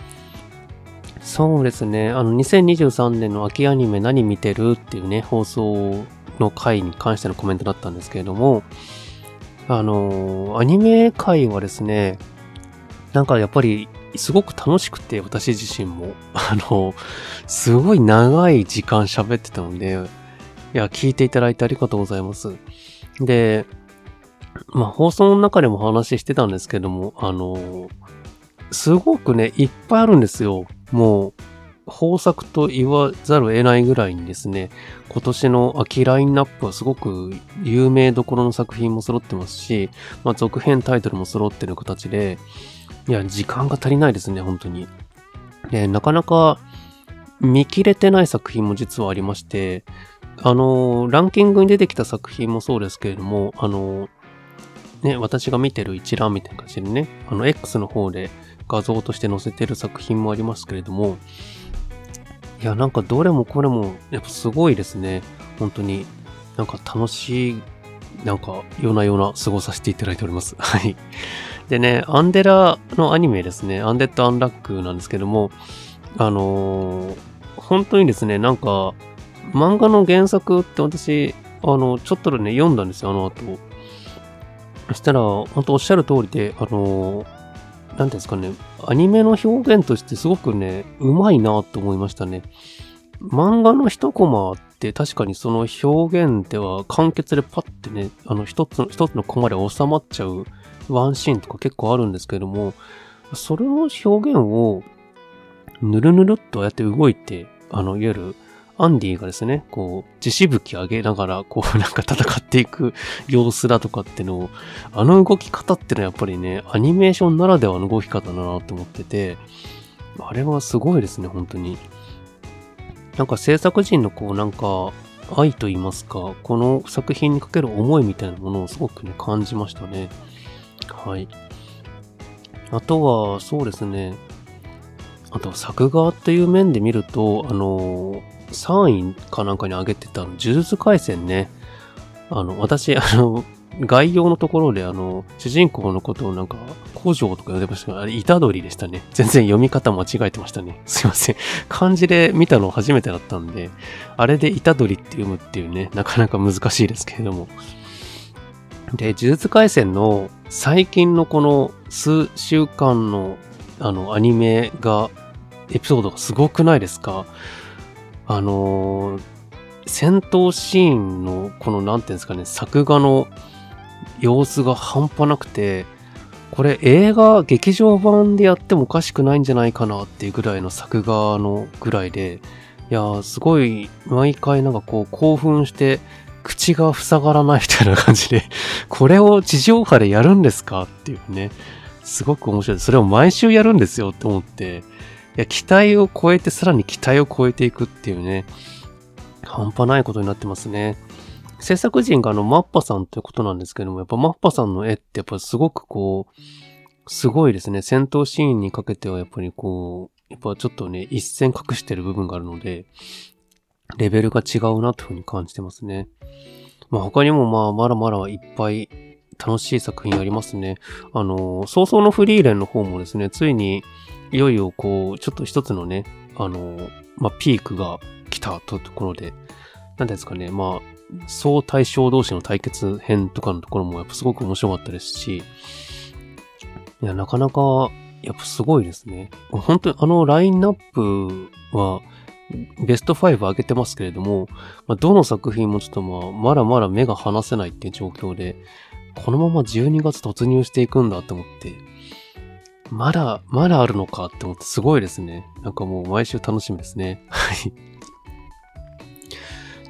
そうですね。あの、にせんにじゅうさんねんの秋アニメ何見てるっていうね、放送の回に関してのコメントだったんですけれども、あの、アニメ回はですね、なんかやっぱりすごく楽しくて、私自身も、あの、すごい長い時間喋ってたので、いや、聞いていただいてありがとうございます。で、まあ、放送の中でも話してたんですけども、あの、すごくね、いっぱいあるんですよ。もう、豊作と言わざるを得ないぐらいにですね、今年の秋ラインナップはすごく有名どころの作品も揃ってますし、まあ、続編タイトルも揃ってる形で、いや、時間が足りないですね、本当に。で、なかなか見切れてない作品も実はありまして、あの、ランキングに出てきた作品もそうですけれども、あの、ね、私が見てる一覧みたいな感じでね、あの、X の方で画像として載せてる作品もありますけれども、いや、なんかどれもこれも、やっぱすごいですね。本当に、なんか楽しい、なんか、ようなような過ごさせていただいております。はい。でね、アンデラのアニメですね、アンデッド・アンラックなんですけども、あのー、本当にですね、なんか、漫画の原作って私、あの、ちょっとでね、読んだんですよ、あの後。そしたら、本当おっしゃる通りで、あのー、なんていうんですかね、アニメの表現としてすごくね、うまいなと思いましたね。漫画の一コマって確かにその表現では簡潔でパッてね、あの一つの、一つのコマで収まっちゃうワンシーンとか結構あるんですけれども、それの表現をぬるぬるっとやって動いて、あの、いわゆるアンディがですね、こう、地しぶき上げながら、こう、なんか戦っていく様子だとかってのを、あの動き方ってのはやっぱりね、アニメーションならではの動き方だなと思ってて、あれはすごいですね、本当に。なんか制作陣のこう、なんか、愛と言いますか、この作品にかける思いみたいなものをすごくね、感じましたね。はい。あとは、そうですね。あと、作画という面で見ると、あのー、さんいかなんかに上げてた呪術廻戦ね。あの、私、あの、概要のところで、あの、主人公のことをなんか、古城とか呼んでましたが、あれ、虎杖でしたね。全然読み方間違えてましたね。すいません。漢字で見たの初めてだったんで、あれで虎杖って読むっていうね、なかなか難しいですけれども。で、呪術廻戦の最近のこの数週間の、あの、アニメが、エピソードがすごくないですか？あのー、戦闘シーンのこのなんていうんですかね、作画の様子が半端なくて、これ映画劇場版でやってもおかしくないんじゃないかなっていうぐらいの作画のぐらいで、いやーすごい毎回なんかこう興奮して口が塞がらないみたいな感じで、これを地上波でやるんですかっていうね、すごく面白い。それを毎週やるんですよって思って、いや、期待を超えてさらに期待を超えていくっていうね、半端ないことになってますね。制作人があの、マッパさんということなんですけども、やっぱマッパさんの絵ってやっぱすごくこう、すごいですね。戦闘シーンにかけてはやっぱりこう、やっぱちょっとね、一線隠してる部分があるので、レベルが違うなというふうに感じてますね。まあ他にもまあ、まだまだいっぱい楽しい作品ありますね。あの、早々のフリーレンの方もですね、ついに、いよいよこう、ちょっと一つのね、あの、まあ、ピークが来たというところで、なんですかね、まあ、総対象同士の対決編とかのところもやっぱすごく面白かったですし、いや、なかなか、やっぱすごいですね。本当にあのラインナップは、ベストファイブ上げてますけれども、まあ、どの作品もちょっとまあ、まだまだ目が離せないっていう状況で、このままじゅうにがつ突入していくんだって思って、まだ、まだあるのかって思ってすごいですね。なんかもう毎週楽しみですね。はい。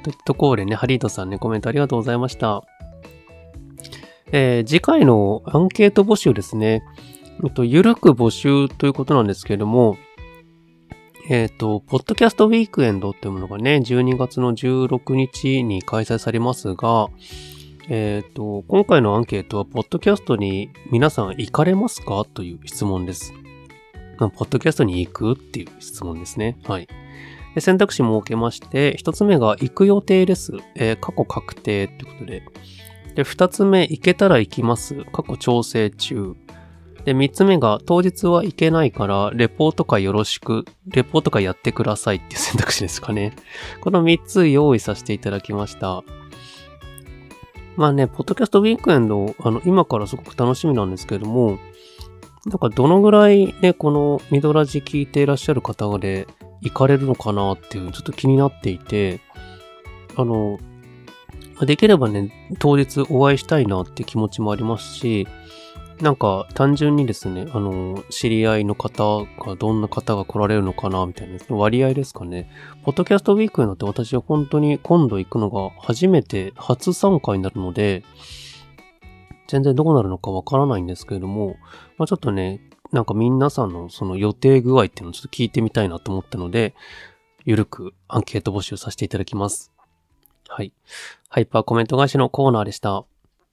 といったところでね、ハリードさんね、コメントありがとうございました。えー、次回のアンケート募集ですね。えっと、ゆるく募集ということなんですけれども、えっと、ポッドキャストウィークエンドっていうものがね、じゅうにがつのじゅうろくにちに開催されますが、えっと、今回のアンケートは、ポッドキャストに皆さん行かれますかという質問です。ポッドキャストに行くっていう質問ですね。はい。で、選択肢も設けまして、一つ目が行く予定です。えー、過去確定ってことで。で、二つ目、行けたら行きます。過去調整中。で、三つ目が、当日は行けないから、レポート会よろしく、レポート会やってくださいっていう選択肢ですかね。この三つ用意させていただきました。まあね、ポッドキャストウィークエンド、あの、今からすごく楽しみなんですけれども、なんかどのぐらいね、このミドラジ聞いていらっしゃる方で行かれるのかなっていう、ちょっと気になっていて、あの、できればね、当日お会いしたいなって気持ちもありますし、なんか単純にですね、あの、知り合いの方がどんな方が来られるのかなみたいな割合ですかね。ポッドキャストウィークエンドって私は本当に今度行くのが初めて初参加になるので、全然どうなるのかわからないんですけれども、まあ、ちょっとね、なんか皆さんのその予定具合っていうのをちょっと聞いてみたいなと思ったので、ゆるくアンケート募集させていただきます。はい。ハイパーコメント返しのコーナーでした。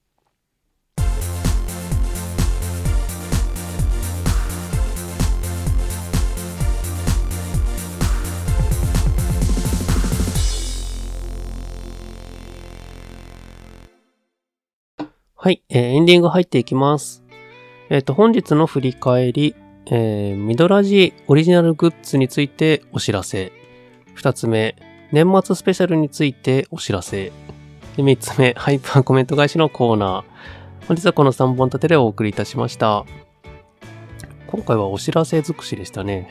はい、えー、エンディング入っていきます。えっと、本日の振り返り、えー、ミドラジオリジナルグッズについてお知らせ。二つ目、年末スペシャルについてお知らせ。で、三つ目、ハイパーコメント返しのコーナー。本日はこのさんぼん立てでお送りいたしました。今回はお知らせ尽くしでしたね。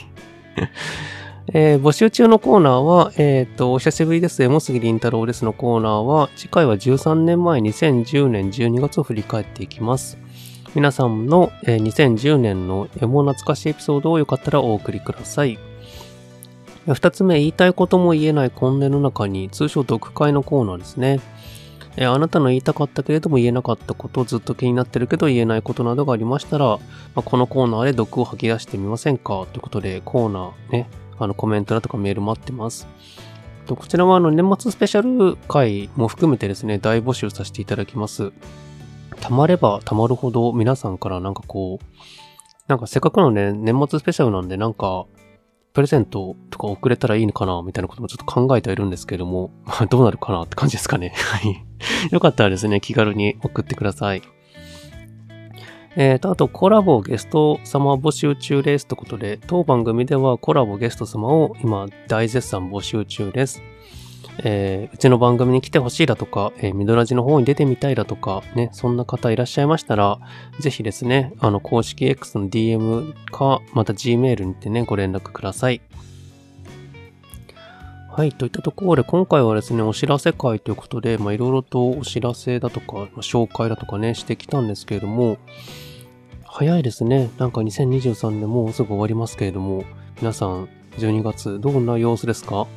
えー、募集中のコーナーは、えっと、お久しぶりです。エモ杉りんたろーですのコーナーは、次回はじゅうさんねんまえにせんじゅうねんじゅうにがつを振り返っていきます。皆さんの、えー、にせんじゅうねんのエモ懐かしいエピソードをよかったらお送りください。二つ目、言いたいことも言えない本音の中に、通称読解のコーナーですね。えー、あなたの言いたかったけれども言えなかったこと、ずっと気になってるけど言えないことなどがありましたら、まあ、このコーナーで毒を吐き出してみませんかということで、コーナーね、あのコメントだとかメール待ってます。こちらはあの年末スペシャル回も含めてですね、大募集させていただきます。たまればたまるほど皆さんからなんかこう、なんかせっかくのね、年末スペシャルなんでなんか、プレゼントとか送れたらいいのかなみたいなこともちょっと考えてはいるんですけども、まあどうなるかなって感じですかね。はい。よかったらですね、気軽に送ってください。えーと、あとコラボゲスト様募集中ですということで、当番組ではコラボゲスト様を今大絶賛募集中です。えー、うちの番組に来てほしいだとか、えー、ミドラジの方に出てみたいだとか、ね、そんな方いらっしゃいましたら、ぜひですね、あの、公式 X の ディーエム か、また Gmail にてね、ご連絡ください。はい、といったところで、今回はですね、お知らせ会ということで、まあ、いろいろとお知らせだとか、まあ、紹介だとかね、してきたんですけれども、早いですね。なんかにせんにじゅうさんねんもうすぐ終わりますけれども、皆さん、じゅうにがつ、どんな様子ですか？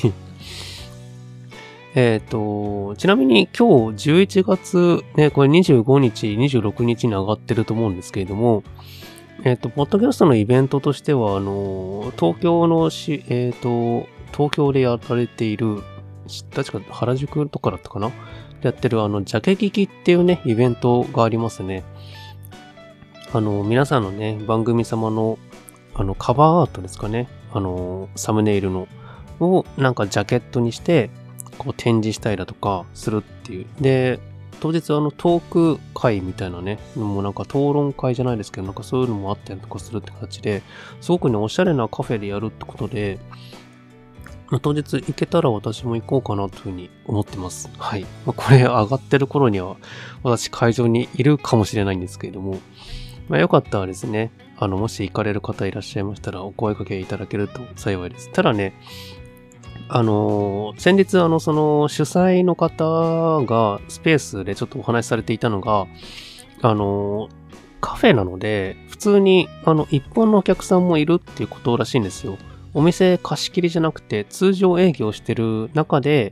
えっと、ちなみに今日じゅういちがつ、ね、これにじゅうごにち、にじゅうろくにちに上がってると思うんですけれども、えっと、ポッドキャストのイベントとしては、あの、東京のし、えっと、東京でやられている、確か原宿とかだったかなでやってる、あの、ジャケ聞きっていうね、イベントがありますね。あの、皆さんのね、番組様の、あの、カバーアートですかね。あの、サムネイルの、を、なんかジャケットにして、こう展示したりだとかするっていう。で、当日あのトーク会みたいなね、もうなんか討論会じゃないですけど、なんかそういうのもあったりとかするって形で、すごくね、おしゃれなカフェでやるってことで、まあ、当日行けたら私も行こうかなというふうに思ってます。はい。まあ、これ上がってる頃には、私会場にいるかもしれないんですけれども、まあ、よかったらですね、あの、もし行かれる方いらっしゃいましたら、お声掛けいただけると幸いです。ただね、あのー、先日、あの、その、主催の方がスペースでちょっとお話しされていたのが、あのー、カフェなので、普通に、あの、一般のお客さんもいるっていうことらしいんですよ。お店貸し切りじゃなくて、通常営業してる中で、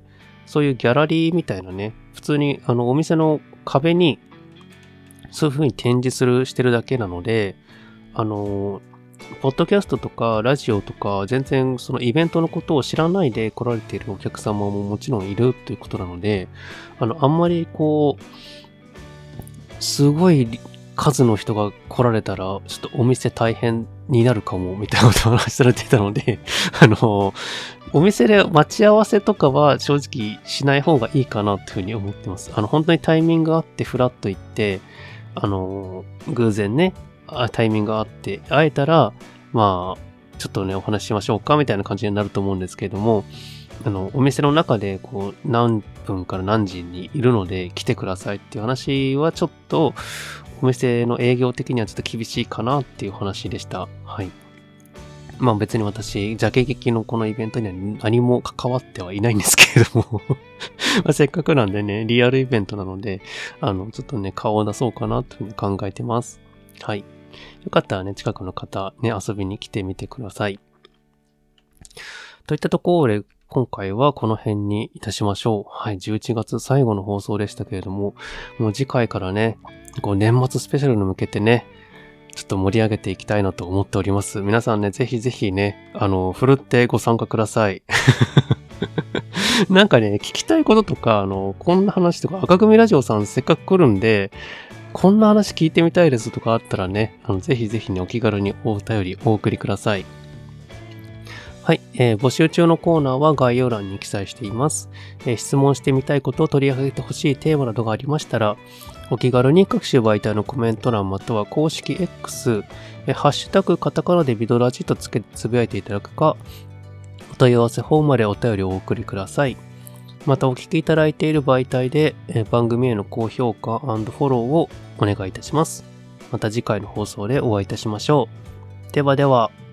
そういうギャラリーみたいなね、普通にあのお店の壁にそういう風に展示する、してるだけなので、あの、ポッドキャストとかラジオとか全然そのイベントのことを知らないで来られているお客様ももちろんいるということなので、あの、あんまりこう、すごい数の人が来られたら、ちょっとお店大変になるかも、みたいなことを話されてたので、あの、お店で待ち合わせとかは正直しない方がいいかなというふうに思ってます。あの、本当にタイミングがあってフラッと行って、あの、偶然ね、タイミングがあって会えたら、まあ、ちょっとね、お話ししましょうか、みたいな感じになると思うんですけれども、あの、お店の中で、こう、何分から何時にいるので来てくださいっていう話はちょっと、お店の営業的にはちょっと厳しいかなっていう話でした。はい。まあ別に私、ジャケ劇のこのイベントには何も関わってはいないんですけれどもまあせっかくなんでね、リアルイベントなので、あの、ちょっとね、顔を出そうかなというふうに考えてます。はい。よかったらね、近くの方、ね、遊びに来てみてください。といったところで、今回はこの辺にいたしましょう。はい、じゅういちがつ最後の放送でしたけれども、もう次回からね、こう年末スペシャルに向けてね、ちょっと盛り上げていきたいなと思っております。皆さんね、ぜひぜひね、あの、ふるってご参加ください。なんかね、聞きたいこととか、あの、こんな話とか、赤組ラジオさんせっかく来るんで、こんな話聞いてみたいですとかあったらね、あのぜひぜひね、お気軽にお便りお送りください。はい、えー、募集中のコーナーは概要欄に記載しています。えー、質問してみたいことを取り上げてほしいテーマなどがありましたら、お気軽に各種媒体のコメント欄または公式 X、えー、ハッシュタグカタカナでビドラジとつけてつぶやいていただくか、お問い合わせフォームまでお便りをお送りください。またお聞きいただいている媒体で、えー、番組への高評価&フォローをお願いいたします。また次回の放送でお会いいたしましょう。ではでは。